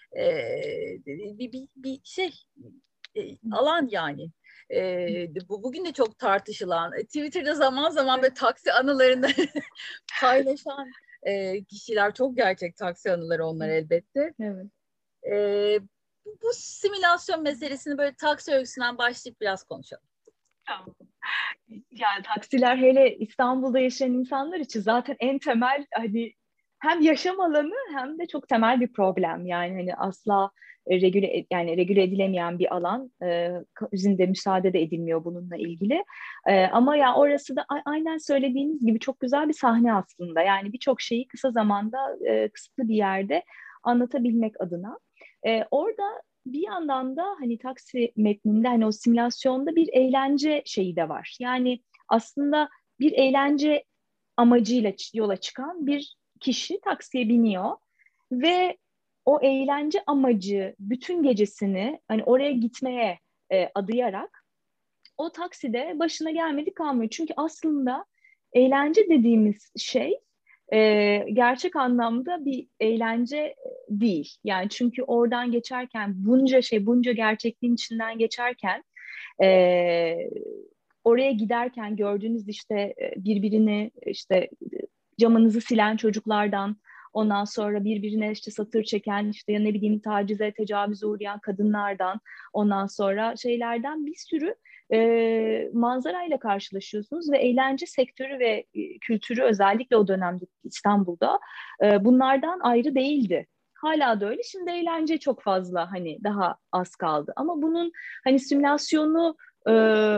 bir şey, alan yani. Bugün de çok tartışılan, Twitter'da zaman zaman böyle taksi anılarını paylaşan kişiler, çok gerçek taksi anıları onlar elbette. Evet. Bu simülasyon meselesini böyle taksi öyküsünden başlayıp biraz konuşalım. Tamam. Yani taksiler hele İstanbul'da yaşayan insanlar için zaten en temel hani hem yaşam alanı hem de çok temel bir problem. Yani hani asla regüle edilemeyen bir alan. Üzerinde müsaade de edilmiyor bununla ilgili. Ama ya orası da aynen söylediğiniz gibi çok güzel bir sahne aslında. Yani birçok şeyi kısa zamanda kısıtlı bir yerde anlatabilmek adına. Orada bir yandan da hani taksi metninde hani o simülasyonda bir eğlence şeyi de var. Yani aslında bir eğlence amacıyla yola çıkan bir kişi taksiye biniyor ve o eğlence amacı bütün gecesini hani oraya gitmeye adayarak o takside başına gelmedik kalmıyor. Çünkü aslında eğlence dediğimiz şey gerçek anlamda bir eğlence değil. Yani çünkü oradan geçerken bunca gerçekliğin içinden geçerken e, oraya giderken gördüğünüz işte birbirini işte camınızı silen çocuklardan, ondan sonra birbirine işte satır çeken, işte ya ne bileyim tacize, tecavüze uğrayan kadınlardan, ondan sonra şeylerden bir sürü manzarayla karşılaşıyorsunuz ve eğlence sektörü ve kültürü özellikle o dönemde İstanbul'da bunlardan ayrı değildi. Hala da öyle. Şimdi eğlence çok fazla hani daha az kaldı. Ama bunun hani e,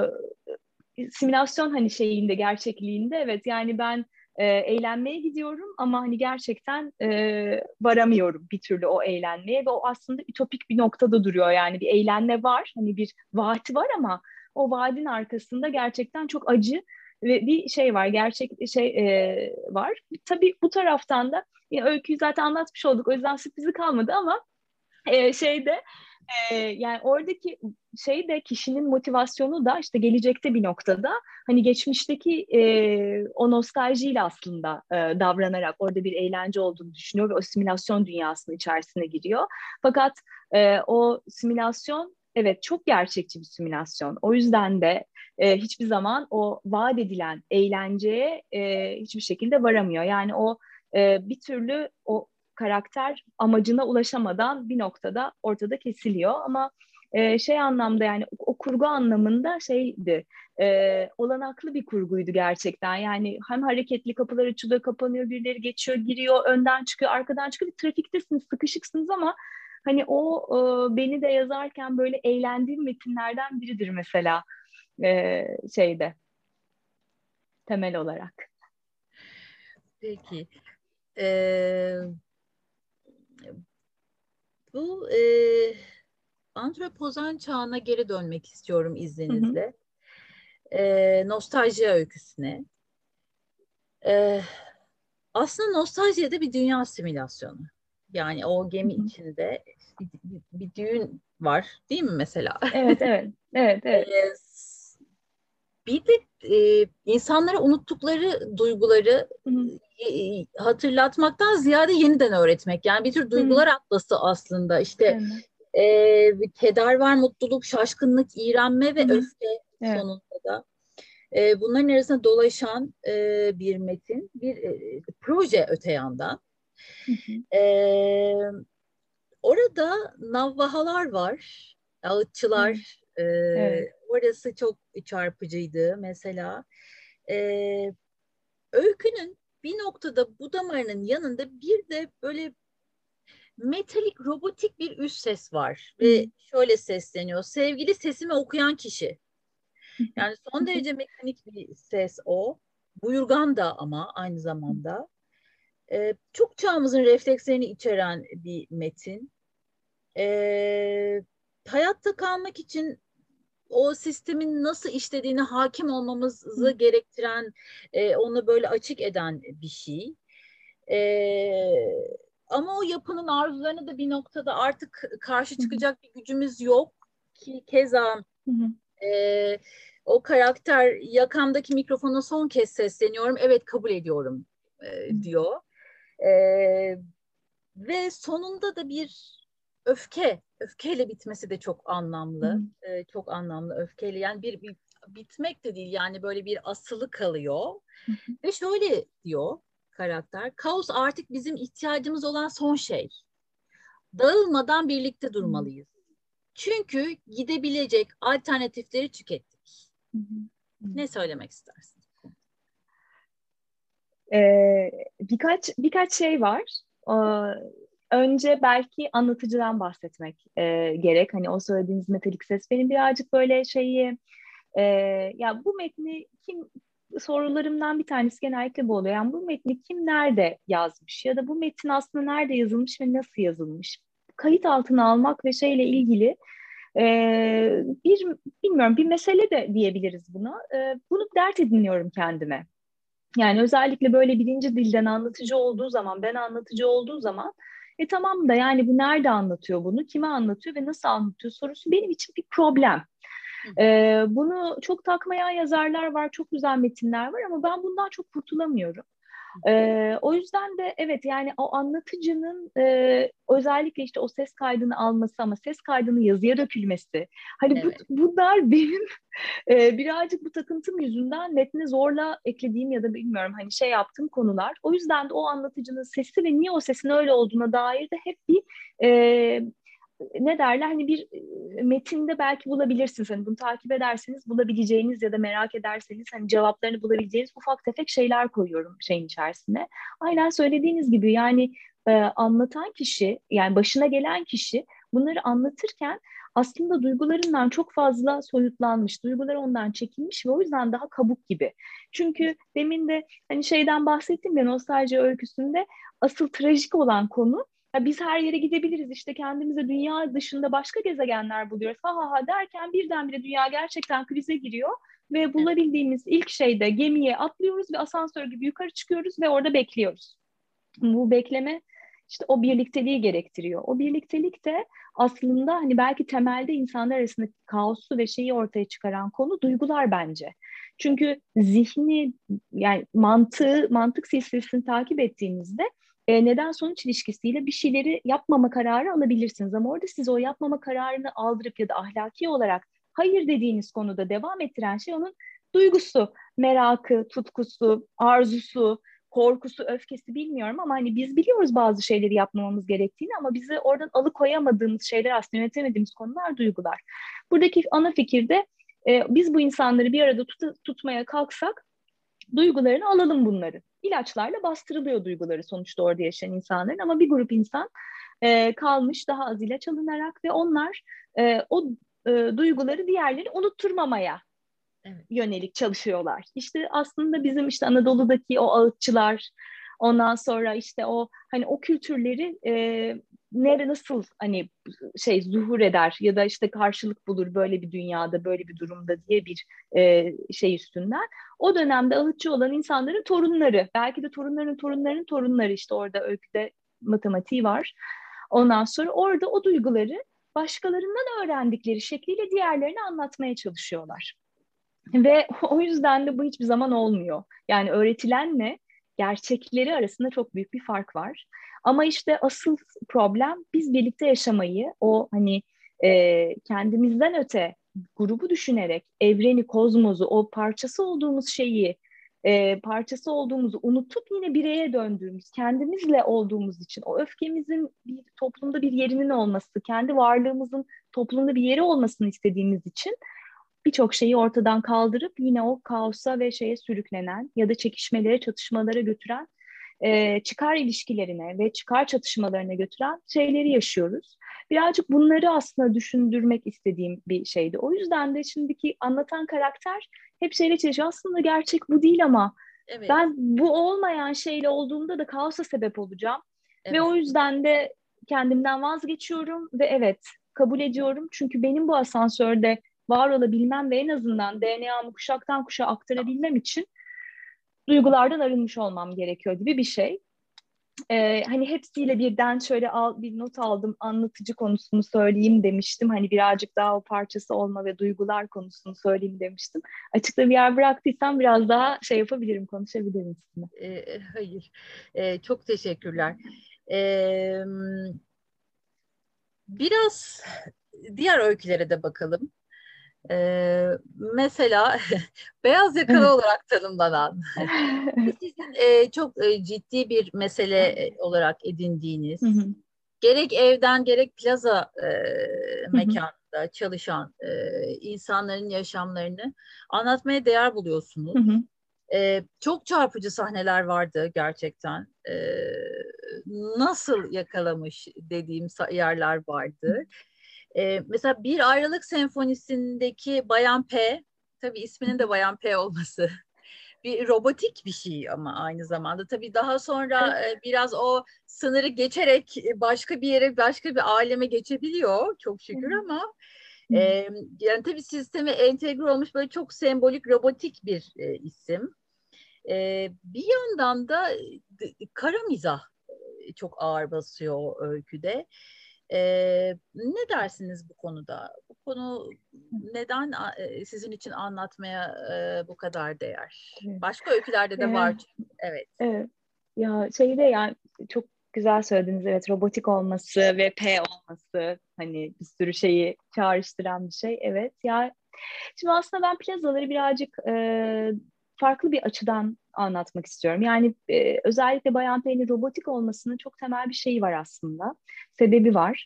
simülasyon hani şeyinde gerçekliğinde evet yani ben eğlenmeye gidiyorum ama hani gerçekten varamıyorum bir türlü o eğlenmeye ve o aslında ütopik bir noktada duruyor yani bir eğlenme var hani bir vaat var ama o vaadin arkasında gerçekten çok acı ve bir şey var gerçek şey var. Tabii bu taraftan da öyküyü zaten anlatmış olduk o yüzden sürprizi kalmadı ama şeyde yani oradaki şey de kişinin motivasyonu da işte gelecekte bir noktada hani geçmişteki o nostaljiyle aslında davranarak orada bir eğlence olduğunu düşünüyor ve o simülasyon dünyasının içerisine giriyor. Fakat o simülasyon evet çok gerçekçi bir simülasyon. O yüzden de hiçbir zaman o vaat edilen eğlenceye hiçbir şekilde varamıyor. Yani o bir türlü o karakter amacına ulaşamadan bir noktada ortada kesiliyor ama şey anlamda yani o kurgu anlamında şeydi olanaklı bir kurguydu gerçekten yani hem hareketli kapılar açılıyor kapanıyor birileri geçiyor giriyor önden çıkıyor arkadan çıkıyor trafiktesiniz sıkışıksınız ama hani o beni de yazarken böyle eğlendiğim metinlerden biridir mesela şeyde temel olarak. Peki. Ee, bu antropozan çağına geri dönmek istiyorum Hı hı, izninizle. Nostalji öyküsüne. Ee, aslında nostalji de bir dünya simülasyonu. Yani o hı gemi hı. içinde bir düğün var, değil mi mesela? Evet, evet, evet, evet. Ee, bir de insanlara unuttukları duyguları Hı hı, hatırlatmaktan ziyade yeniden öğretmek. Yani bir tür hı hı. duygular atlası aslında. İşte Evet. bir keder var, mutluluk, şaşkınlık, iğrenme Hı ve hı. öfke Evet. sonunda da. Bunların arasında dolaşan bir metin, bir proje öte yandan. Hı hı. E, orada navvahalar var, Evet. ağıtçılar. Evet. Orası çok çarpıcıydı mesela. E, öykünün bir noktada bu damarının yanında bir de böyle metalik, robotik bir üst ses var. Hı hı. Ve şöyle sesleniyor. Sevgili sesimi okuyan kişi. Hı Yani hı. son derece mekanik bir ses o. Buyurgan da ama aynı zamanda. Çok çağımızın reflekslerini içeren bir metin. Hayatta kalmak için o sistemin nasıl işlediğine hakim Hı olmamızı hı. gerektiren, onu böyle açık eden bir şey. Ama o yapının arzularına da bir noktada artık karşı Hı hı. çıkacak bir gücümüz yok ki keza Hı hı. e, o karakter yakamdaki mikrofona son kez sesleniyorum. Evet kabul ediyorum diyor. E, ve sonunda da bir öfkeyle bitmesi de çok Hı hı. anlamlı. Çok anlamlı öfkeyle. Yani bir bitmek de değil yani böyle bir asılı kalıyor. Hı hı. Ve şöyle diyor karakter. Kaos artık bizim ihtiyacımız olan son şey. Dağılmadan birlikte Hı hı. durmalıyız. Çünkü gidebilecek alternatifleri tükettik. Hı hı. Ne söylemek istersin? Birkaç şey var. Önce belki anlatıcıdan bahsetmek gerek. Hani o söylediğiniz metalik ses benim birazcık böyle e, ya bu metni kim, sorularımdan bir tanesi genellikle bu oluyor. Yani bu metni kim nerede yazmış ya da bu metin aslında nerede yazılmış ve nasıl yazılmış? Kayıt altına almak ve şeyle ilgili bir bilmiyorum bir mesele de diyebiliriz buna. Bunu dert ediniyorum kendime. Yani özellikle böyle birinci dilden anlatıcı olduğu zaman, ben anlatıcı olduğu zaman tamam da yani bu nerede anlatıyor bunu, kime anlatıyor ve nasıl anlatıyor sorusu benim için bir problem. Bunu çok takmayan yazarlar var, çok güzel metinler var ama ben bundan çok kurtulamıyorum. O yüzden de evet yani o anlatıcının özellikle işte o ses kaydını alması ama ses kaydının yazıya dökülmesi. Hani Evet. bunlar benim birazcık bu takıntım yüzünden metne zorla eklediğim ya da bilmiyorum hani şey yaptığım konular. O yüzden de o anlatıcının sesi ve niye o sesin öyle olduğuna dair de hep bir e, ne derler hani bir metinde belki bulabilirsiniz. Hani bunu takip ederseniz bulabileceğiniz ya da merak ederseniz hani cevaplarını bulabileceğiniz ufak tefek şeyler koyuyorum şeyin içerisine. Aynen söylediğiniz gibi yani anlatan kişi yani başına gelen kişi bunları anlatırken aslında duygularından çok fazla soyutlanmış, duyguları ondan çekilmiş ve o yüzden daha kabuk gibi. Çünkü demin de hani şeyden bahsettim ya nostalji öyküsünde asıl trajik olan konu ya biz her yere gidebiliriz işte kendimize dünya dışında başka gezegenler buluyoruz ha ha ha derken birdenbire dünya gerçekten krize giriyor ve Evet. bulabildiğimiz ilk şeyde gemiye atlıyoruz ve asansör gibi yukarı çıkıyoruz ve orada bekliyoruz. Bu bekleme işte o birlikteliği gerektiriyor. O birliktelik de aslında hani belki temelde insanlar arasındaki kaosu ve şeyi ortaya çıkaran konu duygular bence. Çünkü zihni yani mantık silsilesini takip ettiğinizde neden sonuç ilişkisiyle bir şeyleri yapmama kararı alabilirsiniz. Ama orada siz o yapmama kararını aldırıp ya da ahlaki olarak hayır dediğiniz konuda devam ettiren şey onun duygusu, merakı, tutkusu, arzusu, korkusu, öfkesi bilmiyorum ama hani biz biliyoruz bazı şeyleri yapmamamız gerektiğini ama bizi oradan alıkoyamadığımız şeyler aslında yönetemediğimiz konular duygular. Buradaki ana fikir de biz bu insanları bir arada tutmaya kalksak duygularını alalım bunları. İlaçlarla bastırılıyor duyguları sonuçta orada yaşayan insanların ama bir grup insan kalmış daha az ilaç alınarak ve onlar o duyguları diğerleri unutturmamaya Evet. yönelik çalışıyorlar. İşte aslında bizim işte Anadolu'daki o ağıtçılar, ondan sonra işte o hani o kültürleri nasıl hani şey zuhur eder ya da işte karşılık bulur böyle bir dünyada böyle bir durumda diye bir şey üstünden. O dönemde ağıtçı olan insanların torunları, belki de torunların torunlarının torunları işte orada öyküde matematiği var. Ondan sonra orada o duyguları başkalarından öğrendikleri şekliyle diğerlerine anlatmaya çalışıyorlar. Ve o yüzden de bu hiçbir zaman olmuyor. Yani öğretilenle gerçekleri arasında çok büyük bir fark var. Ama işte asıl problem biz birlikte yaşamayı, o hani kendimizden öte grubu düşünerek evreni, kozmosu, o parçası olduğumuz şeyi, parçası olduğumuzu unutup yine bireye döndüğümüz, kendimizle olduğumuz için, o öfkemizin bir toplumda bir yerinin olması, kendi varlığımızın toplumda bir yeri olmasını istediğimiz için birçok şeyi ortadan kaldırıp yine o kaosa ve şeye sürüklenen ya da çekişmelere, çatışmalara götüren çıkar ilişkilerine ve çıkar çatışmalarına götüren şeyleri yaşıyoruz. Birazcık bunları aslında düşündürmek istediğim bir şeydi. O yüzden de şimdiki anlatan karakter hep şeyle çalışıyor. Aslında gerçek bu değil ama Evet. ben bu olmayan şeyle olduğumda da kaosa sebep olacağım. Ve Evet. o yüzden de kendimden vazgeçiyorum ve evet kabul ediyorum. Çünkü benim bu asansörde var olabilmem ve en azından DNA'mı kuşaktan kuşağa aktarabilmem için duygulardan arınmış olmam gerekiyor gibi bir şey. Hani hepsiyle birden şöyle bir not aldım anlatıcı konusunu söyleyeyim demiştim. Hani birazcık daha o parçası olma ve duygular konusunu söyleyeyim demiştim. Açıkta bir yer bıraktıysam biraz daha şey yapabilirim, konuşabilirim sizinle. Hayır. Çok teşekkürler. Ee, Biraz diğer öykülere de bakalım. Mesela beyaz yakalı olarak tanımlanan ve sizin çok ciddi bir mesele olarak edindiğiniz, Hı hı, gerek evden gerek plaza hı hı, mekanda çalışan insanların yaşamlarını anlatmaya değer hı buluyorsunuz. hı. Çok çarpıcı sahneler vardı gerçekten. Nasıl yakalamış dediğim yerler vardı. Mesela Bir Ayrılık Senfonisi'ndeki Bayan P, tabii isminin de Bayan P olması bir robotik bir şey ama aynı zamanda. Tabii daha sonra biraz o sınırı geçerek başka bir yere, başka bir aleme geçebiliyor çok şükür ama yani tabii sisteme entegre olmuş böyle çok sembolik, robotik bir isim. Bir yandan da kara mizah çok ağır basıyor o öyküde. Ne dersiniz bu konuda? Bu konu neden sizin için anlatmaya bu kadar değer? Başka öykülerde de var Evet. çünkü. Evet. Evet. Ya şeyde yani çok güzel söylediniz. Evet, robotik olması ve P olması hani bir sürü şeyi çağrıştıran bir şey. Evet. Ya şimdi aslında ben plazaları birazcık farklı bir açıdan anlatmak istiyorum. Yani özellikle Bayan P'nin robotik olmasının çok temel bir şeyi var aslında. Sebebi var.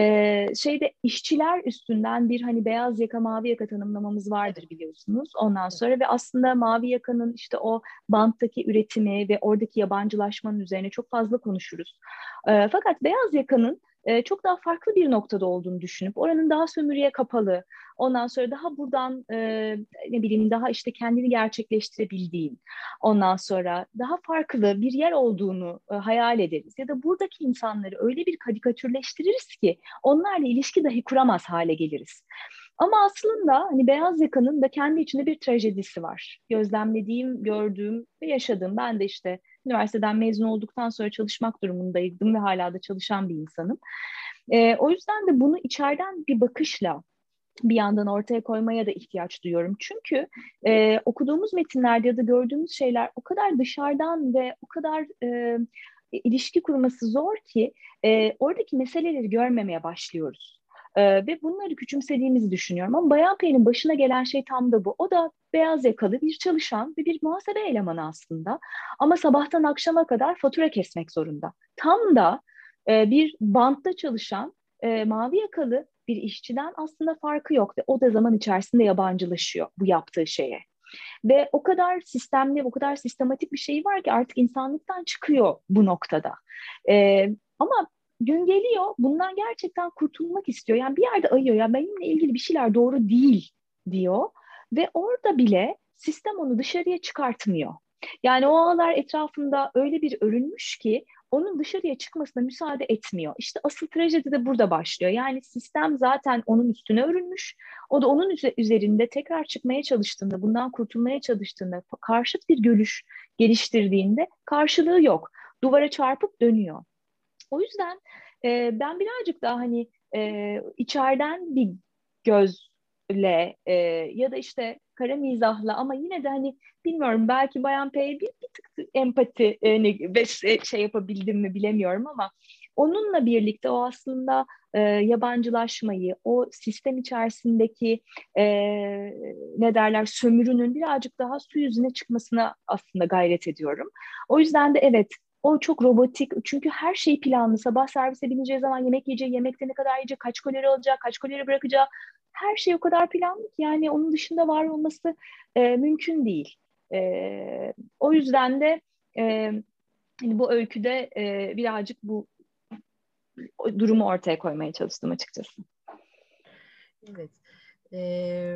Şeyde işçiler üstünden bir hani beyaz yaka mavi yaka tanımlamamız vardır Evet. biliyorsunuz. Ondan sonra ve aslında mavi yakanın işte o banttaki üretimi ve oradaki yabancılaşmanın üzerine çok fazla konuşuruz. Fakat beyaz yakanın çok daha farklı bir noktada olduğunu düşünüp oranın daha sömürüye kapalı, ondan sonra daha buradan ne bileyim daha işte kendini gerçekleştirebildiğin, ondan sonra daha farklı bir yer olduğunu hayal ederiz. Ya da buradaki insanları öyle bir karikatürleştiririz ki onlarla ilişki dahi kuramaz hale geliriz. Ama aslında hani beyaz yakanın da kendi içinde bir trajedisi var. Gözlemlediğim, gördüğüm ve yaşadığım. Ben de işte üniversiteden mezun olduktan sonra çalışmak durumundaydım ve hala da çalışan bir insanım. O yüzden de bunu içeriden bir bakışla bir yandan ortaya koymaya da ihtiyaç duyuyorum. Çünkü okuduğumuz metinlerde ya da gördüğümüz şeyler o kadar dışarıdan ve o kadar ilişki kurması zor ki oradaki meseleleri görmemeye başlıyoruz. Ve bunları küçümsediğimizi düşünüyorum. Ama Bayan P'nin başına gelen şey tam da bu. O da beyaz yakalı bir çalışan ve bir muhasebe elemanı aslında. Ama sabahtan akşama kadar fatura kesmek zorunda. Tam da bir bantta çalışan mavi yakalı bir işçiden aslında farkı yok ve o da zaman içerisinde yabancılaşıyor bu yaptığı şeye. Ve o kadar sistemli, o kadar sistematik bir şey var ki artık insanlıktan çıkıyor bu noktada. Ama gün geliyor, bundan gerçekten kurtulmak istiyor. Yani bir yerde ayıyor, ya benimle ilgili bir şeyler doğru değil diyor. Ve orada bile sistem onu dışarıya çıkartmıyor. Yani o ağlar etrafında öyle bir örülmüş ki onun dışarıya çıkmasına müsaade etmiyor. İşte asıl trajedi de burada başlıyor. Yani sistem zaten onun üstüne örülmüş. O da onun üzerinde tekrar çıkmaya çalıştığında, bundan kurtulmaya çalıştığında, karşıt bir görüş geliştirdiğinde karşılığı yok. Duvara çarpıp dönüyor. O yüzden ben birazcık daha hani içeriden bir gözle ya da işte kara mizahla ama yine de hani bilmiyorum belki Bayan P'ye bir tık empati ve şey yapabildim mi bilemiyorum ama onunla birlikte o aslında yabancılaşmayı, o sistem içerisindeki e, ne derler sömürünün birazcık daha su yüzüne çıkmasına aslında gayret ediyorum. O yüzden de evet o çok robotik çünkü her şey planlı. Sabah servise bineceği zaman yemek yiyeceği, yemekte ne kadar yiyecek, kaç kalori alacak, kaç kalori bırakacağı her şey o kadar planlı ki yani onun dışında var olması mümkün değil. O yüzden de e, hani bu öyküde birazcık bu durumu ortaya koymaya çalıştım açıkçası. Evet. Ee,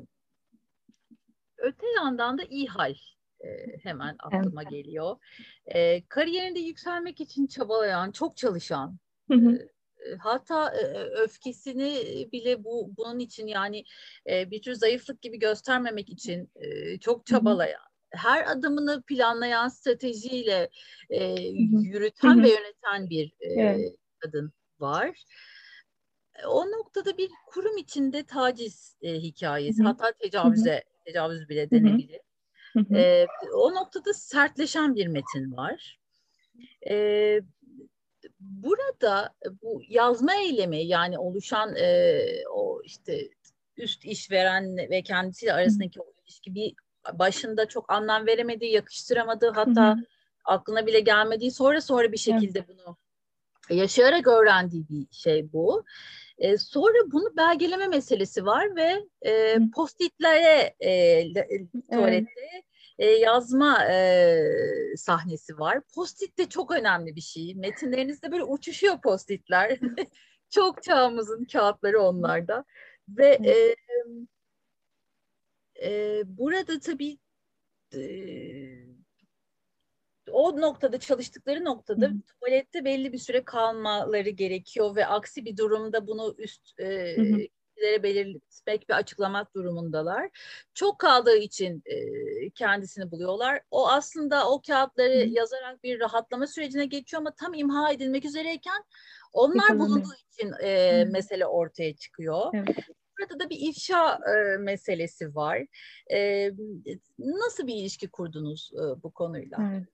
Öte yandan da iyi hal hemen Evet. aklıma geliyor. Kariyerinde yükselmek için çabalayan, çok çalışan, Hı hı, hatta öfkesini bile bunun için yani bir tür zayıflık gibi göstermemek için çok hı hı, çabalayan, her adımını planlayan, stratejiyle hı hı, hı yürüten ve hı. yöneten bir Evet. kadın var. O noktada bir kurum içinde taciz Hı hikayesi, hı, hatta hı hı, tecavüz bile hı hı, denebilir. hı hı, O noktada sertleşen bir metin var. E, Burada bu yazma eylemi yani oluşan o işte üst işveren ve kendisiyle hı hı, arasındaki o ilişki bir başında çok anlam veremediği, yakıştıramadığı hı hı. hatta aklına bile gelmediği sonra bir Evet. şekilde bunu yaşayarak öğrendiği bir şey bu. Sonra bunu belgeleme meselesi var ve Hı. post-it'lere Evet. tuvalette yazma sahnesi var. Post-it de çok önemli bir şey. Metinlerinizde böyle uçuşuyor post-itler. Çok çağımızın kağıtları onlarda. Ve burada tabii e, o noktada, çalıştıkları Hı noktada hı. tuvalette belli bir süre kalmaları gerekiyor ve aksi bir durumda bunu üst Hı hı. kişilere belirtmek ve açıklamak durumundalar. Çok kaldığı için kendisini buluyorlar. O aslında o kağıtları Hı hı. yazarak bir rahatlama sürecine geçiyor ama tam imha edilmek üzereyken onlar Yakalanıyor. bulunduğu için Hı. mesele ortaya çıkıyor. Evet. Burada da bir ifşa meselesi var. E, Nasıl bir ilişki kurdunuz bu konuyla? Evet.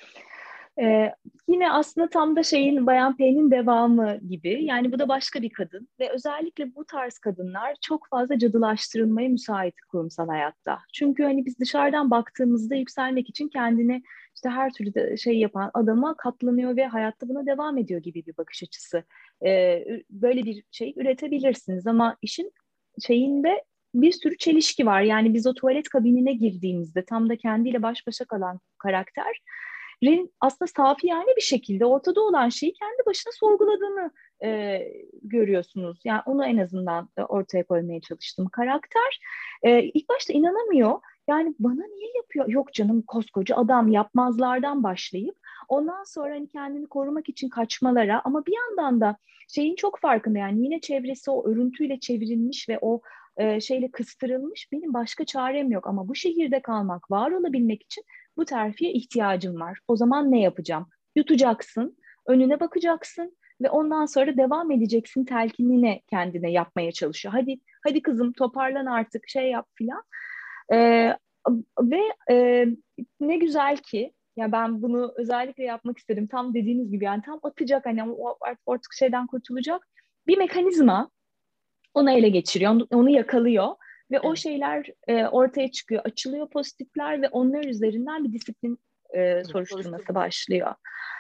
Ee, Yine aslında tam da şeyin Bayan P'nin devamı gibi. Yani bu da başka bir kadın ve özellikle bu tarz kadınlar çok fazla cadılaştırılmaya müsait kurumsal hayatta. Çünkü hani biz dışarıdan baktığımızda yükselmek için kendini işte her türlü de şey yapan adama katlanıyor ve hayatta buna devam ediyor gibi bir bakış açısı. Böyle bir şey üretebilirsiniz ama işin şeyinde bir sürü çelişki var. Yani biz o tuvalet kabinine girdiğimizde tam da kendiyle baş başa kalan karakter Rin aslında safi yani bir şekilde ortada olan şeyi kendi başına sorguladığını görüyorsunuz. Yani onu en azından ortaya koymaya çalıştım. Karakter ilk başta inanamıyor. Yani bana niye yapıyor? Yok canım koskoca adam yapmazlardan başlayıp ondan sonra hani kendini korumak için kaçmalara ama bir yandan da şeyin çok farkında yani yine çevresi o örüntüyle çevrilmiş ve o şeyle kıstırılmış benim başka çarem yok ama bu şehirde kalmak, var olabilmek için bu terfiye ihtiyacım var. O zaman ne yapacağım? Yutacaksın, önüne bakacaksın ve ondan sonra devam edeceksin telkinine kendine yapmaya çalışıyor. Hadi hadi kızım toparlan artık şey yap filan. Ee, Ve ne güzel ki ya ben bunu özellikle yapmak istedim. Tam dediğiniz gibi yani tam atacak hani o artık şeyden kurtulacak bir mekanizma onu ele geçiriyor, onu yakalıyor ve o Evet. şeyler ortaya çıkıyor, açılıyor postitler ve onlar üzerinden bir disiplin soruşturması Soruşturma. başlıyor.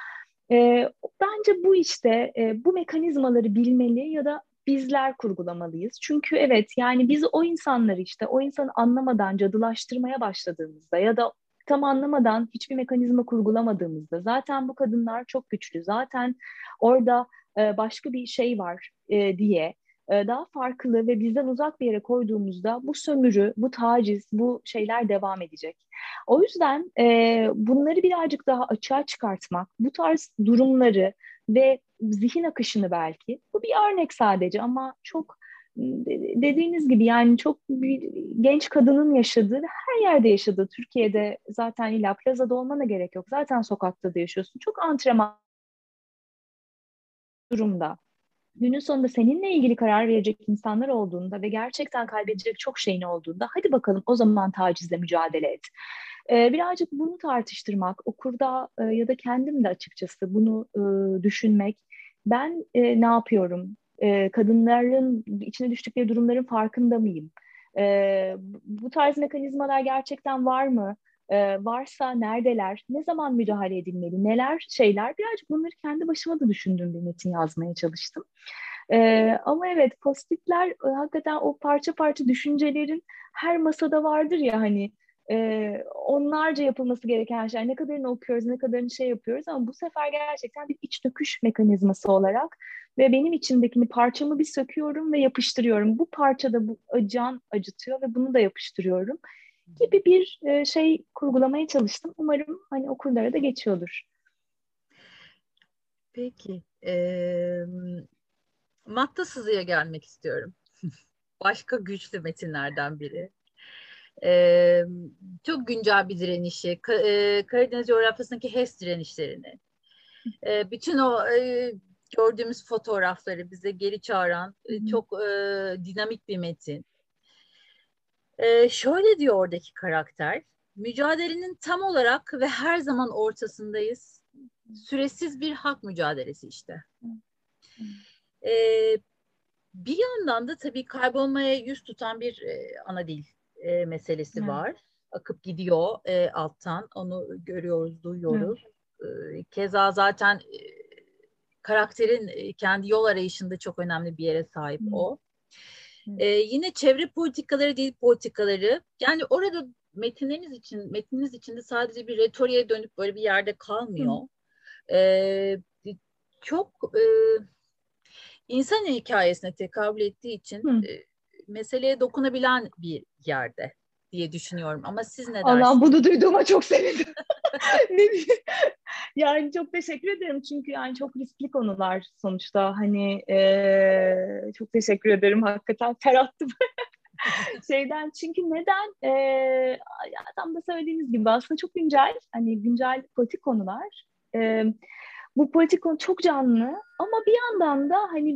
Bence bu işte bu mekanizmaları bilmeli ya da bizler kurgulamalıyız. Çünkü evet yani biz o insanları işte o insanı anlamadan cadılaştırmaya başladığımızda ya da tam anlamadan hiçbir mekanizma kurgulamadığımızda zaten bu kadınlar çok güçlü. Zaten orada başka bir şey var diye daha farklı ve bizden uzak bir yere koyduğumuzda bu sömürü, bu taciz, bu şeyler devam edecek. O yüzden bunları birazcık daha açığa çıkartmak, bu tarz durumları ve zihin akışını belki, bu bir örnek sadece ama çok dediğiniz gibi yani çok bir genç kadının yaşadığı ve her yerde yaşadığı Türkiye'de zaten illa plazada olmana gerek yok. Zaten sokakta da yaşıyorsun. Çok antrenman durumda. Günün sonunda seninle ilgili karar verecek insanlar olduğunda ve gerçekten kaybedecek çok şeyin olduğunda hadi bakalım o zaman tacizle mücadele et. Birazcık bunu tartıştırmak, okurda ya da kendim de açıkçası bunu düşünmek. Ben ne yapıyorum? Kadınların içine düştükleri durumların farkında mıyım? Bu tarz mekanizmalar gerçekten var mı? Varsa neredeler? Ne zaman müdahale edilmeli? Neler şeyler? Birazcık bunları kendi başıma da düşündüğüm bir metin yazmaya çalıştım. Ama evet postitler hakikaten o parça parça düşüncelerin her masada vardır ya hani onlarca yapılması gereken şeyler. Ne kadarını okuyoruz, ne kadarını şey yapıyoruz ama bu sefer gerçekten bir iç döküş mekanizması olarak ve benim içimdekini parçamı bir söküyorum ve yapıştırıyorum. Bu parçada bu can acıtıyor ve bunu da yapıştırıyorum gibi bir şey kurgulamaya çalıştım. Umarım hani okurlara da geçiyordur. Peki. Matta Sızı'ya gelmek istiyorum. Başka güçlü metinlerden biri. Ee, Çok güncel bir direnişi, Karadeniz coğrafyasındaki HES direnişlerini, bütün o gördüğümüz fotoğrafları bize geri çağıran Hı hı. çok dinamik bir metin. Şöyle diyor oradaki karakter, mücadelenin tam olarak ve her zaman ortasındayız. Süresiz bir hak mücadelesi işte. E, Bir yandan da tabii kaybolmaya yüz tutan bir ana dil meselesi Evet. var. Akıp gidiyor alttan. Onu görüyoruz, Evet. duyuyoruz. Keza zaten karakterin kendi yol arayışında çok önemli bir yere sahip Evet. o. Yine çevre politikaları, dil politikaları. Yani orada metniniz içinde sadece bir retoriğe dönüp böyle bir yerde kalmıyor. Hı. E, çok insan hikayesine tekabül ettiği için Hı. meseleye dokunabilen bir yerde diye düşünüyorum. Ama siz ne Allah'ım, dersiniz? bunu duyduğuma çok sevindim. Ne diyeyim? Yani çok teşekkür ederim çünkü yani çok riskli konular sonuçta, hani çok teşekkür ederim, hakikaten ferahlattım şeyden. Çünkü neden, ya tam da söylediğiniz gibi aslında çok güncel, hani güncel politik konular. E, Bu politik konu çok canlı ama bir yandan da hani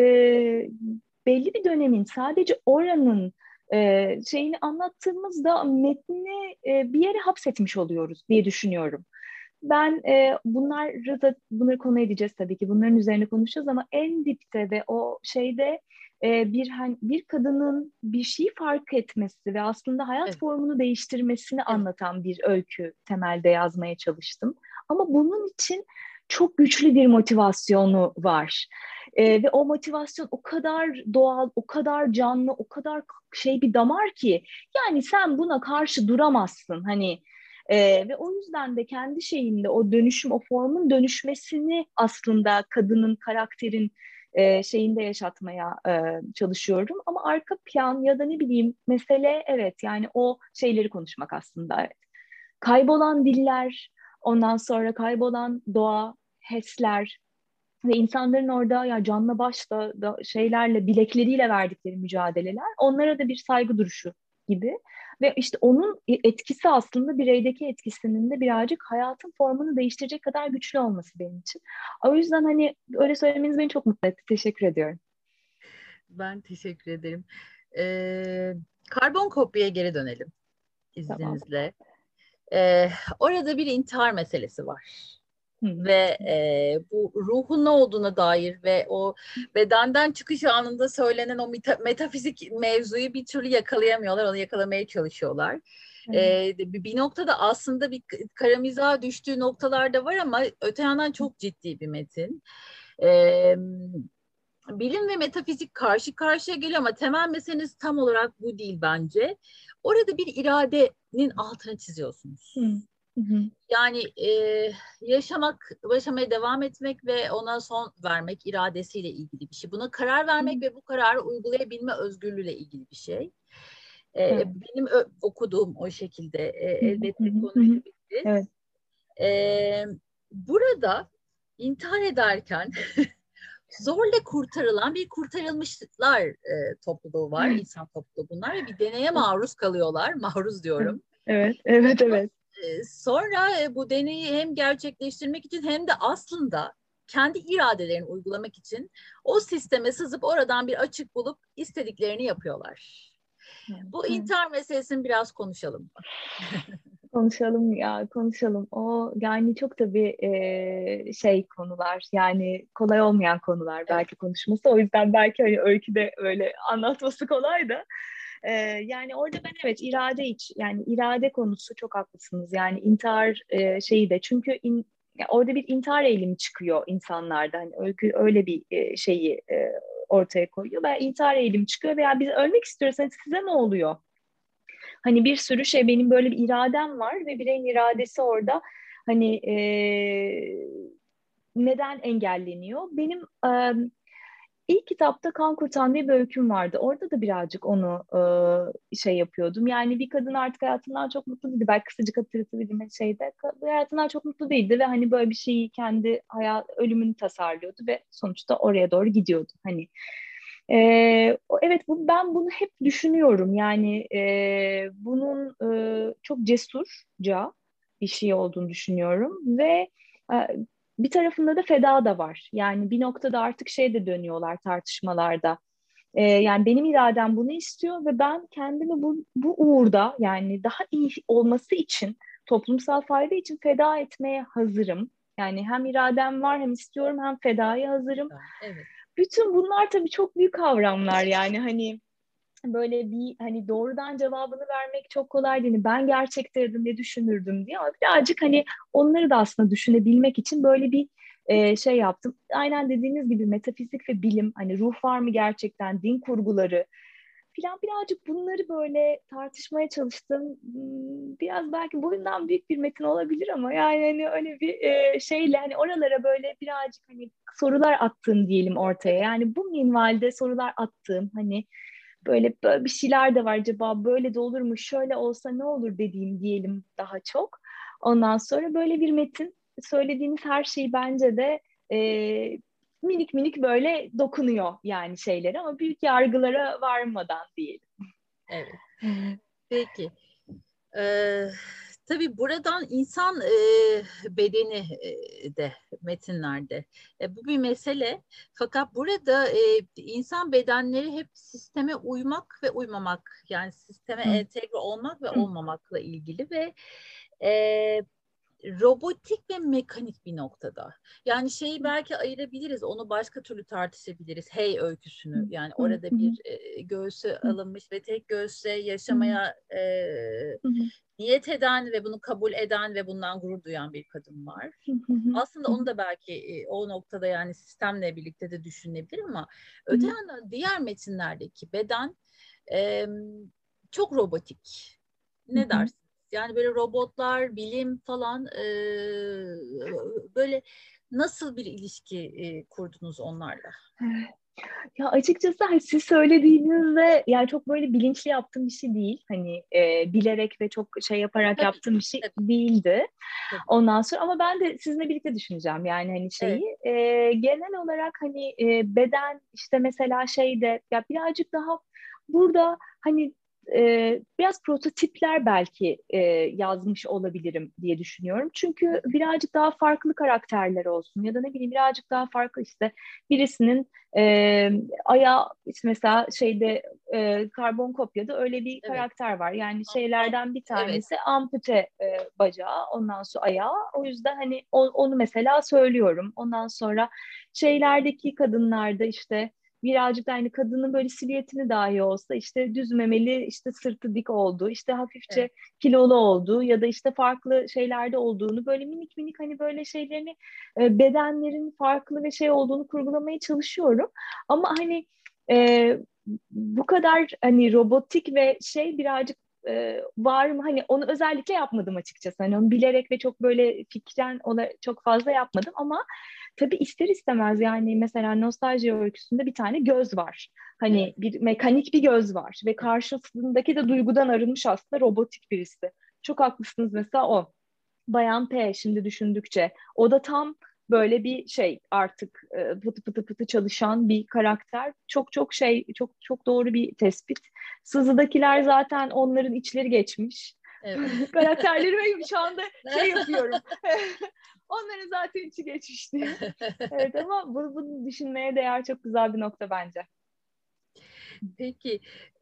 belli bir dönemin, sadece oranın şeyini anlattığımızda metni bir yere hapsetmiş oluyoruz diye düşünüyorum. Ben bunları konu edeceğiz tabii ki. Bunların üzerine konuşacağız ama en dipte ve o şeyde bir kadının bir şeyi fark etmesi ve aslında hayat Evet, formunu değiştirmesini evet, anlatan bir öykü temelde yazmaya çalıştım. Ama bunun için çok güçlü bir motivasyonu var. Ve o motivasyon o kadar doğal, o kadar canlı, o kadar şey bir damar ki yani sen buna karşı duramazsın. Hani ve o yüzden de kendi şeyinde o dönüşüm, o formun dönüşmesini aslında kadının, karakterin şeyinde yaşatmaya çalışıyorum. Ama arka plan ya da ne bileyim mesele, evet yani o şeyleri konuşmak aslında. Evet. Kaybolan diller, ondan sonra kaybolan doğa, HES'ler ve insanların orada ya canla başla da şeylerle, bilekleriyle verdikleri mücadeleler, onlara da bir saygı duruşu gibi. Ve işte onun etkisi aslında bireydeki etkisinin de birazcık hayatın formunu değiştirecek kadar güçlü olması benim için. O yüzden hani öyle söylemeniz beni çok mutlu etti. Teşekkür ediyorum. ben teşekkür ederim. Karbon kopyaya geri dönelim Tamam. izninizle. Ee, Orada bir intihar meselesi var. Hı hı. Ve bu ruhun ne olduğuna dair ve o bedenden çıkış anında söylenen o metafizik mevzuyu bir türlü yakalayamıyorlar. Onu yakalamaya çalışıyorlar. Evet. Bir noktada aslında bir kara mizaha düştüğü noktalar da var ama öte yandan çok ciddi bir metin. E, Bilim ve metafizik karşı karşıya geliyor ama temel meseleniz tam olarak bu değil bence. Orada bir iradenin altını çiziyorsunuz. Hı hı. Yani yaşamaya devam etmek ve ona son vermek iradesiyle ilgili bir şey. Buna karar Hı. vermek ve bu kararı uygulayabilme özgürlüğüyle ilgili bir şey. Evet. Benim okuduğum o şekilde Hı hı elbette hı hı. konuşabiliriz. Evet. E, Burada intihar ederken zorla kurtarılan bir kurtarılmışlar topluluğu var, insan topluluğu bunlar ve bir deneye maruz kalıyorlar, maruz Evet. diyorum. Evet. Evet. Evet. Sonra bu deneyi hem gerçekleştirmek için hem de aslında kendi iradelerini uygulamak için o sisteme sızıp oradan bir açık bulup istediklerini yapıyorlar. Bu Evet. intihar meselesini biraz konuşalım. Konuşalım ya, konuşalım. O yani çok tabii şey konular, yani kolay olmayan konular Evet. belki konuşması. O yüzden belki hani öyküde öyle anlatması kolay da. Yani orada ben evet yani irade konusu, çok haklısınız. Yani intihar şeyi de çünkü ya orada bir intihar eğilimi çıkıyor insanlarda. Hani öykü öyle bir şeyi ortaya koyuyor. Ve intihar eğilimi çıkıyor veya biz ölmek istiyoruz. Hani size ne oluyor? Hani bir sürü şey, benim böyle bir iradem var ve bireyin iradesi orada hani neden engelleniyor? Benim ilk kitapta Kan Kurtan diye bir öyküm vardı. Orada da birazcık onu şey yapıyordum. Yani bir kadın artık hayatından çok mutlu değildi. Belki kısacık hatırlatabildiğim şeyde. Hayatından çok mutlu değildi ve hani böyle bir şeyi, kendi ölümünü tasarlıyordu ve sonuçta oraya doğru gidiyordu. Hani evet, ben bunu hep düşünüyorum. Yani bunun çok cesurca bir şey olduğunu düşünüyorum ve e, bir tarafında da feda da var. Yani bir noktada artık şey de dönüyorlar tartışmalarda. Yani benim iradem bunu istiyor ve ben kendimi bu uğurda, yani daha iyi olması için, toplumsal fayda için feda etmeye hazırım. Yani hem iradem var, hem istiyorum, hem fedaya hazırım. Evet. Bütün bunlar tabii çok büyük kavramlar, yani hani böyle bir hani doğrudan cevabını vermek çok kolay değil. Ben gerçekte ne düşünürdüm diye, ama birazcık hani onları da aslında düşünebilmek için böyle bir şey yaptım. Aynen dediğiniz gibi metafizik ve bilim, hani ruh var mı gerçekten, din kurguları, filan, birazcık bunları böyle tartışmaya çalıştım. Biraz belki boyundan büyük bir metin olabilir ama yani hani öyle bir şeyle hani oralara böyle birazcık hani sorular attığım diyelim ortaya. Yani bu minvalde sorular attığım, hani böyle bir şeyler de var, acaba böyle de olur mu, şöyle olsa ne olur dediğim diyelim daha çok. Ondan sonra böyle bir metin, söylediğiniz her şeyi bence de minik minik böyle dokunuyor yani şeylere, ama büyük yargılara varmadan diyelim. Evet. Peki. Ee, tabii buradan insan bedeni de metinlerde. Bu bir mesele. Fakat burada insan bedenleri hep sisteme uymak ve uymamak, yani sisteme Hı, entegre olmak ve hı, olmamakla ilgili ve e, robotik ve mekanik bir noktada. Yani şeyi belki ayırabiliriz, onu başka türlü tartışabiliriz. Hey hı, öyküsünü, yani hı, orada hı, bir göğsü hı, alınmış ve tek göğüsle hı, yaşamaya hı, hı, niyet eden ve bunu kabul eden ve bundan gurur duyan bir kadın var. hı, hı, hı, Aslında hı, onu da belki o noktada yani sistemle birlikte de düşünülebilir ama hı, öte yandan diğer metinlerdeki beden e, çok robotik. hı, Ne hı. dersin? Yani böyle robotlar, bilim falan böyle nasıl bir ilişki kurdunuz onlarla? Ya açıkçası hani siz söylediğinizde yani çok böyle bilinçli yaptığım bir şey değil. Hani bilerek ve çok şey yaparak Tabii, yaptığım bir şey tabii, değildi. tabii. Ondan sonra ama ben de sizinle birlikte düşüneceğim yani hani Evet, şeyi. Genel olarak hani beden işte mesela şeyde ya birazcık daha burada hani biraz prototipler belki yazmış olabilirim diye düşünüyorum. Çünkü birazcık daha farklı karakterler olsun ya da ne bileyim birazcık daha farklı işte birisinin ayağı işte mesela şeyde karbon kopyada öyle bir evet. karakter var. Yani Am- şeylerden bir Evet, tanesi ampute bacağı, ondan sonra ayağı. O yüzden hani onu mesela söylüyorum. Ondan sonra şeylerdeki kadınlarda işte birazcık da hani kadının böyle silüetini dahi olsa işte düz memeli, işte sırtı dik olduğu, işte evet, hafifçe kilolu olduğu ya da işte farklı şeylerde olduğunu böyle minik minik hani böyle şeylerini bedenlerin farklı ve şey olduğunu kurgulamaya çalışıyorum. Ama hani e, bu kadar hani robotik ve şey birazcık var mı? Hani onu özellikle yapmadım açıkçası. Hani onu bilerek ve çok böyle fikren ona çok fazla yapmadım ama tabii ister istemez yani mesela nostalji öyküsünde bir tane göz var. evet, Hani bir mekanik bir göz var ve evet. karşısındaki de duygudan arınmış aslında robotik birisi. Çok haklısınız mesela o. Bayan P şimdi düşündükçe. O da tam böyle bir şey artık pıtı pıtı pıtı çalışan bir karakter. Çok çok şey çok çok doğru bir tespit. Sızıdakiler zaten onların içleri geçmiş. Evet. Karakterlerime şu anda şey yapıyorum. Onların zaten içi geçmişti. Evet ama bunu düşünmeye değer çok güzel bir nokta bence. Peki,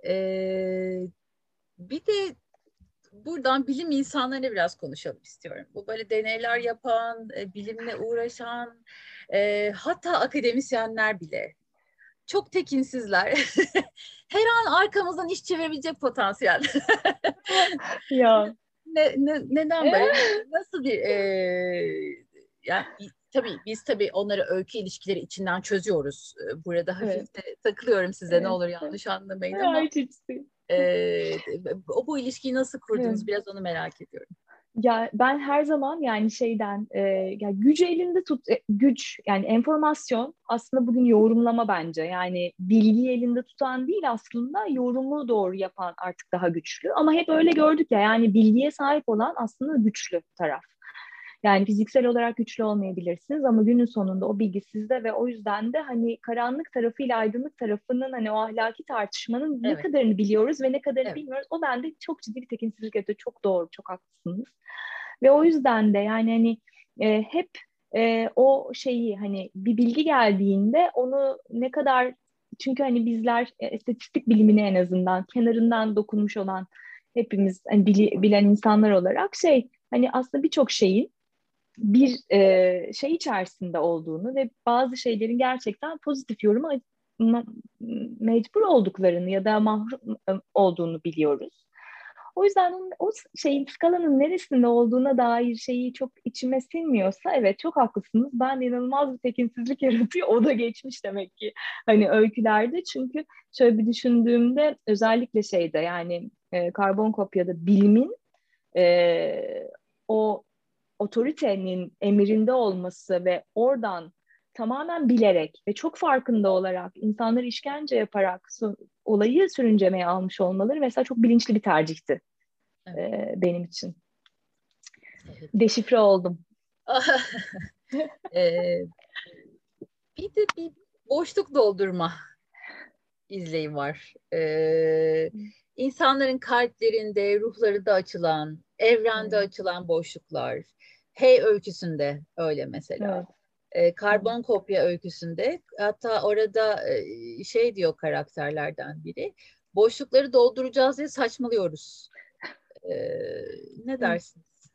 bir de buradan bilim insanlarına biraz konuşalım istiyorum. Bu böyle deneyler yapan, bilimle uğraşan, hatta akademisyenler bile çok tekinsizler. Her an arkamızdan iş çevirebilecek potansiyel. Ya. Neden böyle? Nasıl bir yani tabii biz tabii onları öykü ilişkileri içinden çözüyoruz. Burada Evet, hafif de takılıyorum size, ne evet, olur evet. yanlış anlamayın ama Ay, çiçeği. e, bu ilişkiyi nasıl Evet. kurdunuz? Biraz onu merak ediyorum. Ya ben her zaman yani şeyden ya gücü elinde tut güç yani enformasyon aslında bugün yorumlama bence yani bilgiyi elinde tutan değil aslında yorumu doğru yapan artık daha güçlü ama hep öyle gördük ya yani bilgiye sahip olan aslında güçlü taraf. Yani fiziksel olarak güçlü olmayabilirsiniz ama günün sonunda o bilgi sizde ve o yüzden de hani karanlık tarafıyla aydınlık tarafının hani o ahlaki tartışmanın ne Evet, kadarını biliyoruz ve ne kadarını evet, bilmiyoruz. O bende çok ciddi bir tekinsizlik yaratıyor. Çok doğru, çok haklısınız. Ve o yüzden de yani hani hep o şeyi hani bir bilgi geldiğinde onu ne kadar çünkü hani bizler istatistik bilimine en azından kenarından dokunmuş olan hepimiz hani bilen insanlar olarak şey hani aslında birçok şeyin bir şey içerisinde olduğunu ve bazı şeylerin gerçekten pozitif yoruma mecbur olduklarını ya da mahrum olduğunu biliyoruz. O yüzden o şeyin skalanın neresinde olduğuna dair şeyi çok içime sinmiyorsa evet çok haklısınız. Ben de inanılmaz bir tekinsizlik yaratıyor. O da geçmiş demek ki hani öykülerde. Çünkü şöyle bir düşündüğümde özellikle şeyde yani karbon kopyada bilimin o otoritenin emrinde olması ve oradan tamamen bilerek ve çok farkında olarak insanları işkence yaparak olayı sürüncemeye almış olmaları mesela çok bilinçli bir tercihti Evet. benim için. Evet. Deşifre oldum. Ee, Bir de bir boşluk doldurma izleyi var. İnsanların kalplerinde, ruhlarında açılan, evrende Evet, açılan boşluklar. Hey öyküsünde öyle mesela. evet, evet. Karbon kopya öyküsünde hatta orada şey diyor karakterlerden biri. Boşlukları dolduracağız diye saçmalıyoruz. Ne Evet. dersiniz?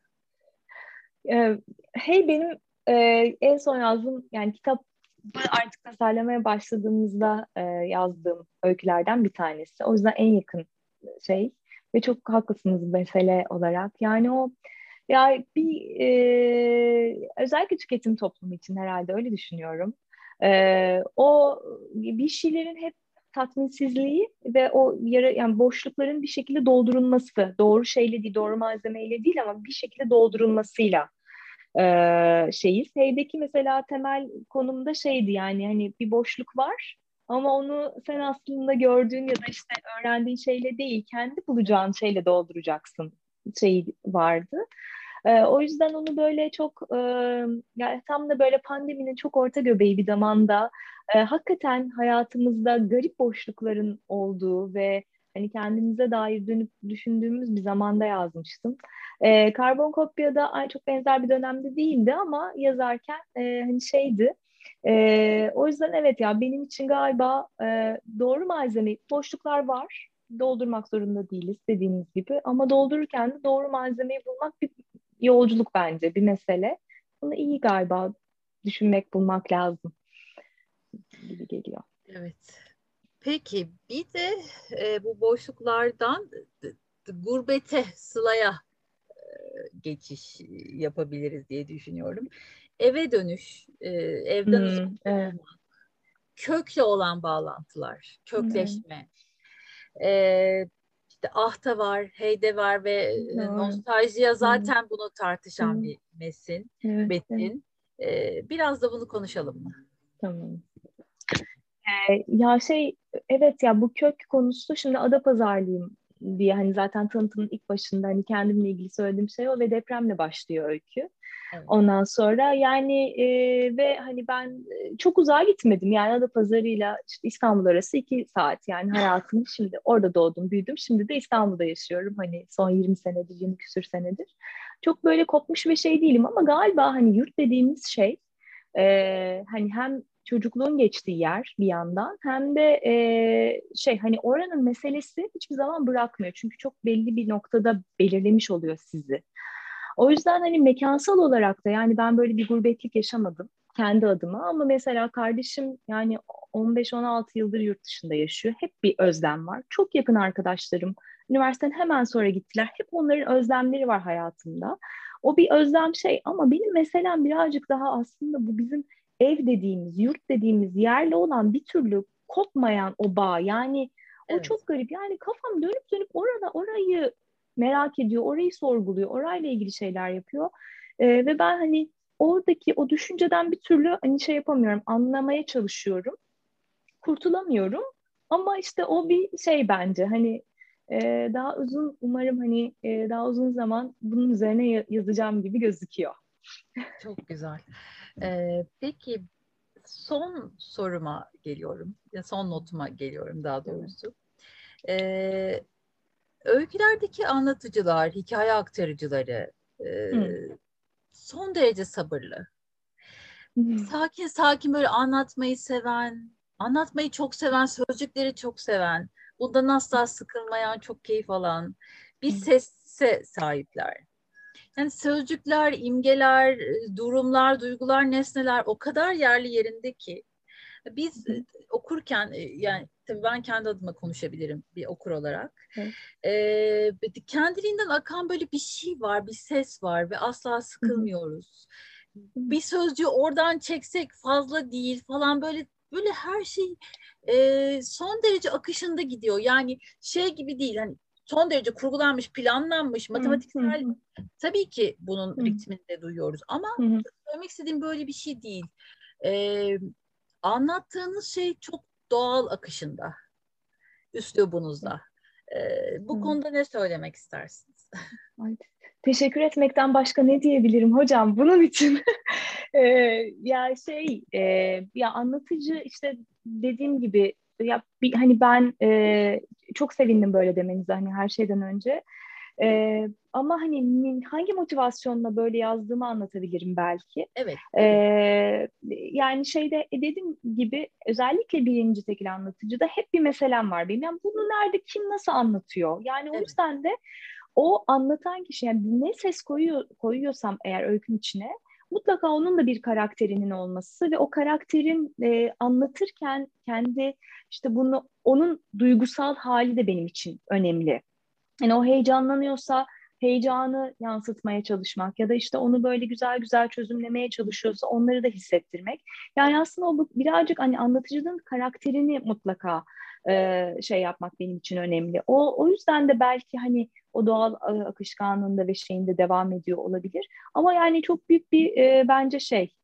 Hey benim en son yazdığım yani kitap artık tasarlamaya başladığımızda yazdığım öykülerden bir tanesi. O yüzden en yakın şey ve çok haklısınız mesele olarak. Yani o ya bir özellikle tüketim toplumu için herhalde öyle düşünüyorum. O bir şeylerin hep tatminsizliği ve o yara, yani boşlukların bir şekilde doldurulması, doğru şeyle değil, doğru malzemeyle değil ama bir şekilde doldurulmasıyla şeyiz. Hey'deki mesela temel konumda şeydi yani hani bir boşluk var ama onu sen aslında gördüğün ya da işte öğrendiğin şeyle değil, kendi bulacağın şeyle dolduracaksın şeyi vardı. O yüzden onu böyle çok yani tam da böyle pandeminin çok orta göbeği bir zamanda hakikaten hayatımızda garip boşlukların olduğu ve hani kendimize dair dönüp düşündüğümüz bir zamanda yazmıştım. Karbon Kopya'da çok benzer bir dönemde değildi ama yazarken hani şeydi. O yüzden evet ya benim için galiba doğru malzeme, boşluklar var. Doldurmak zorunda değiliz dediğiniz gibi ama doldururken de doğru malzemeyi bulmak bir yolculuk bence, bir mesele. Bunu iyi galiba düşünmek, bulmak lazım gibi geliyor. Evet. Peki bir de bu boşluklardan gurbete, sılaya geçiş yapabiliriz diye düşünüyorum. Eve dönüş, evden uzakta Evet, olma, kökle olan bağlantılar, evet, kökleşme. İşte Ahta var, Heyde var ve doğru. Nostaljiya Evet, zaten bunu tartışan evet, bir evet, evet. metin. Biraz da bunu konuşalım mı? Tamam. Ya şey evet ya bu kök konusu şimdi Adapazarlıyım diye hani zaten tanıtımın ilk başında hani kendimle ilgili söylediğim şey o ve depremle başlıyor öykü. Evet, Ondan sonra yani ve hani ben çok uzağa gitmedim yani Adapazarı'yla işte İstanbul arası 2 saat yani hayatım şimdi orada doğdum büyüdüm şimdi de İstanbul'da yaşıyorum hani son 20 senedir 20 küsür senedir. Çok böyle kopmuş bir şey değilim ama galiba hani yurt dediğimiz şey hani hem çocukluğun geçtiği yer bir yandan hem de şey hani oranın meselesi hiçbir zaman bırakmıyor. Çünkü çok belli bir noktada belirlemiş oluyor sizi. O yüzden hani mekansal olarak da yani ben böyle bir gurbetlik yaşamadım kendi adıma ama mesela kardeşim yani 15-16 yıldır yurt dışında yaşıyor. Hep bir özlem var. Çok yakın arkadaşlarım üniversiteden hemen sonra gittiler. Hep onların özlemleri var hayatımda. O bir özlem şey ama benim meselem birazcık daha aslında bu bizim ev dediğimiz, yurt dediğimiz yerle olan bir türlü kopmayan o bağ. Yani o evet. çok garip. Yani kafam dönüp dönüp orayı merak ediyor, orayı sorguluyor, orayla ilgili şeyler yapıyor. Ve ben hani oradaki o düşünceden bir türlü hani şey yapamıyorum, anlamaya çalışıyorum. Kurtulamıyorum. Ama işte o bir şey bence hani daha uzun umarım hani daha uzun zaman bunun üzerine yazacağım gibi gözüküyor. Çok güzel. Peki son soruma geliyorum. Son notuma geliyorum daha Evet. doğrusu. Ee, Öykülerdeki anlatıcılar, hikaye aktarıcıları Hı. son derece sabırlı. Sakin sakin böyle anlatmayı seven, anlatmayı çok seven, sözcükleri çok seven, bundan asla sıkılmayan, çok keyif alan bir sese sahipler. Yani sözcükler, imgeler, durumlar, duygular, nesneler o kadar yerli yerinde ki biz okurken yani tabii ben kendi adıma konuşabilirim bir okur olarak. Evet. Kendiliğinden akan böyle bir şey var, bir ses var ve asla Hı hı. sıkılmıyoruz. Bir sözcüğü oradan çeksek fazla değil falan, böyle her şey son derece akışında gidiyor. Yani şey gibi değil, hani son derece kurgulanmış, planlanmış, Hı hı. matematiksel, Hı tabii ki bunun hı. ritmini de duyuyoruz ama Hı hı. söylemek istediğim böyle bir şey değil. Ee, Anlattığınız şey çok doğal akışında, üslubunuzda. Bu Hı. konuda ne söylemek istersiniz? Ay, teşekkür etmekten başka ne diyebilirim hocam bunun için? Ee, ya ya anlatıcı işte dediğim gibi ya hani ben çok sevindim böyle demenize hani her şeyden önce. Ama hani hangi motivasyonla böyle yazdığımı anlatabilirim belki. Evet, tabii. Yani dediğim gibi özellikle birinci tekil anlatıcıda hep bir meselem var benim. Yani bunu nerede kim nasıl anlatıyor? Yani o Evet, yüzden de o anlatan kişi yani ne ses koyuyorsam eğer öykünün içine mutlaka onun da bir karakterinin olması ve o karakterin anlatırken kendi işte bunu onun duygusal hali de benim için önemli. Yani o heyecanlanıyorsa heyecanı yansıtmaya çalışmak ya da işte onu böyle güzel güzel çözümlemeye çalışıyorsa onları da hissettirmek. Yani aslında o birazcık hani anlatıcının karakterini mutlaka yapmak benim için önemli. O yüzden de belki hani o doğal akışkanlığında ve şeyinde devam ediyor olabilir. Ama yani çok büyük bir bence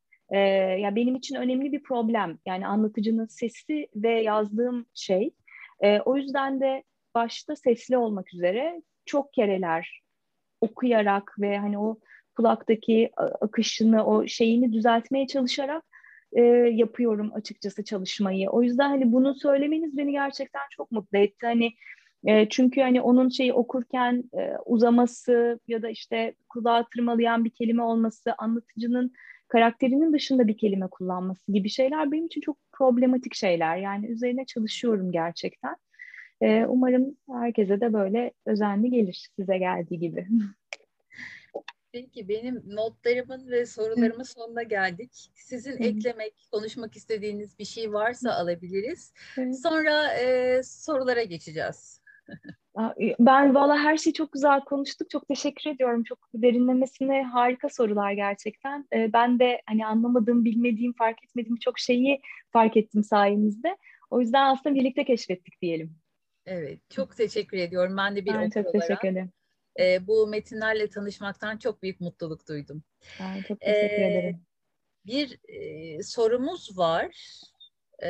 ya benim için önemli bir problem. Yani anlatıcının sesi ve yazdığım şey. O yüzden de başta sesli olmak üzere çok kereler okuyarak ve hani o kulaktaki akışını, o şeyini düzeltmeye çalışarak yapıyorum açıkçası çalışmayı. O yüzden hani bunu söylemeniz beni gerçekten çok mutlu etti. Hani çünkü hani onun şeyi okurken uzaması ya da işte kulağı tırmalayan bir kelime olması, anlatıcının karakterinin dışında bir kelime kullanması gibi şeyler benim için çok problematik şeyler. Yani üzerine çalışıyorum gerçekten. Umarım herkese de böyle özenli gelir size geldiği gibi. peki benim notlarımın ve sorularımın sonuna geldik. Sizin eklemek, konuşmak istediğiniz bir şey varsa alabiliriz. Sonra sorulara geçeceğiz. Ben valla her şeyi çok güzel konuştuk. Çok teşekkür ediyorum. Çok derinlemesine harika sorular gerçekten. Ben de hani anlamadığım, bilmediğim, fark etmediğim çok şeyi fark ettim sayenizde. O yüzden aslında birlikte keşfettik diyelim. Evet, çok teşekkür ediyorum. Ben de bir Ben okur çok teşekkür olarak ederim. bu metinlerle tanışmaktan çok büyük mutluluk duydum. Ben çok teşekkür E, ederim. Bir sorumuz var. E,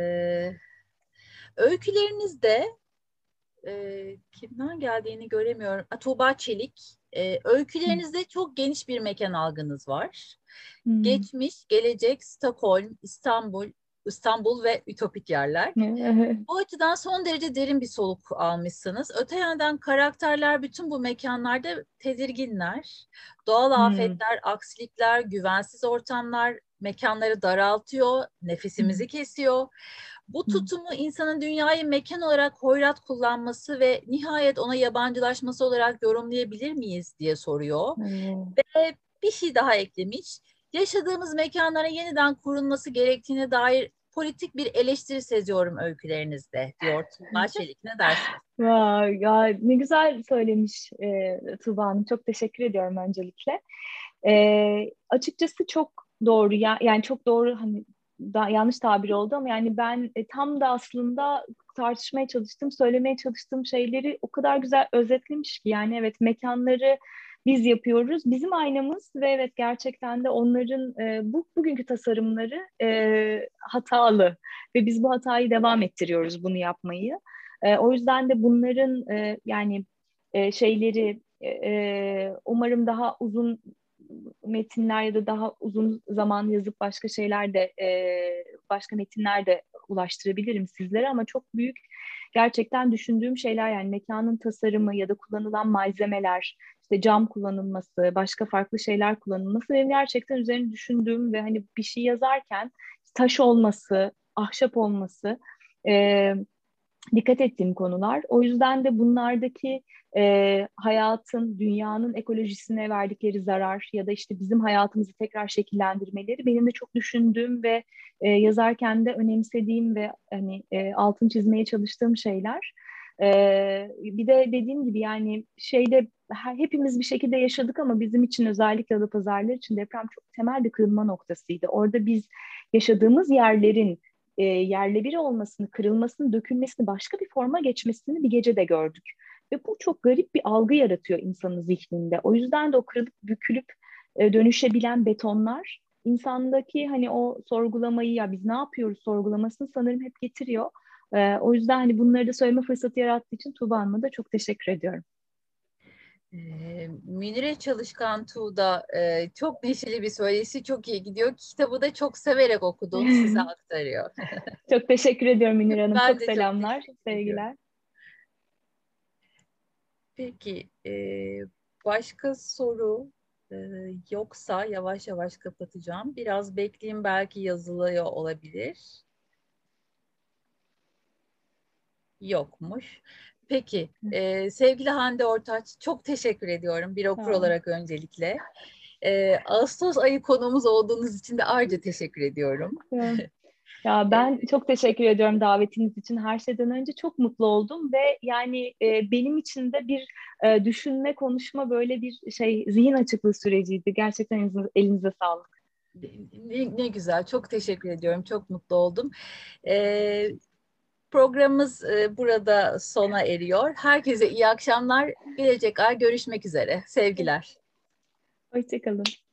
Öykülerinizde kimden geldiğini göremiyorum. Tuğba Çelik. Öykülerinizde çok geniş bir mekan algınız var. Hmm. Geçmiş, gelecek, Stockholm, İstanbul ve ütopik yerler. Bu açıdan son derece derin bir soluk almışsınız. Öte yandan karakterler bütün bu mekanlarda tedirginler. Doğal Hmm. afetler, aksilikler, güvensiz ortamlar mekanları daraltıyor, Hmm. nefesimizi kesiyor. Bu Hmm. tutumu insanın dünyayı mekan olarak hoyrat kullanması ve nihayet ona yabancılaşması olarak yorumlayabilir miyiz diye soruyor. Oo. Ve bir şey daha eklemiş. Yaşadığımız mekanların yeniden kurulması gerektiğine dair politik bir eleştiri seziyorum öykülerinizde, diyor Tuğba Çelik. Ne dersiniz? Vay, ya ne güzel söylemiş Tuğba Hanım. Çok teşekkür ediyorum öncelikle. Açıkçası çok doğru ya, yani çok doğru hani yanlış tabir oldu ama yani ben tam da aslında tartışmaya çalıştım, söylemeye çalıştığım şeyleri o kadar güzel özetlemiş ki yani evet mekanları biz yapıyoruz. Bizim aynamız ve evet gerçekten de onların bugünkü tasarımları hatalı ve biz bu hatayı devam ettiriyoruz bunu yapmayı. O yüzden de bunların yani şeyleri umarım daha uzun metinler ya da daha uzun zaman yazıp başka şeyler de başka metinler de ulaştırabilirim sizlere ama çok büyük gerçekten düşündüğüm şeyler yani mekanın tasarımı ya da kullanılan malzemeler işte cam kullanılması başka farklı şeyler kullanılması benim gerçekten üzerine düşündüğüm ve hani bir şey yazarken taş olması ahşap olması dikkat ettiğim konular. O yüzden de bunlardaki hayatın, dünyanın ekolojisine verdikleri zarar ya da işte bizim hayatımızı tekrar şekillendirmeleri benim de çok düşündüğüm ve yazarken de önemsediğim ve hani altını çizmeye çalıştığım şeyler. Bir de dediğim gibi yani hepimiz bir şekilde yaşadık ama bizim için özellikle Adapazarılar için deprem çok temel bir kırılma noktasıydı. Orada biz yaşadığımız yerlerin yerle bir olmasını, kırılmasını, dökülmesini, başka bir forma geçmesini bir gecede gördük. Ve bu çok garip bir algı yaratıyor insanın zihninde. O yüzden de o kırılıp bükülüp dönüşebilen betonlar insandaki hani o sorgulamayı, ya biz ne yapıyoruz sorgulamasını sanırım hep getiriyor. O yüzden hani bunları da söyleme fırsatı yarattığı için Tuğba Hanım'a da çok teşekkür ediyorum. Münire Çalışkan Tuğ'da çok neşeli bir söyleşi, çok iyi gidiyor. Kitabı da çok severek okuduğunu size aktarıyor. Çok teşekkür ediyorum Münir Hanım. Ben Çok de çok selamlar, teşekkür ediyorum. sevgiler. Peki, başka soru e, yoksa yavaş yavaş kapatacağım. Biraz bekleyeyim, belki yazılıyor olabilir. Yokmuş. Peki, sevgili Hande Ortaç, çok teşekkür ediyorum bir okur Sağ olun. olarak öncelikle. Ağustos ayı konuğumuz olduğunuz için de ayrıca teşekkür ediyorum. Ya E, ben çok teşekkür ediyorum davetiniz için. Her şeyden önce çok mutlu oldum ve yani benim için de bir düşünme, konuşma böyle bir zihin açıklığı süreciydi. Gerçekten elinize sağlık. ne güzel, çok teşekkür ediyorum, çok mutlu oldum. E, Programımız burada sona eriyor. Herkese iyi akşamlar. Gelecek ay görüşmek üzere. Sevgiler. Hoşçakalın.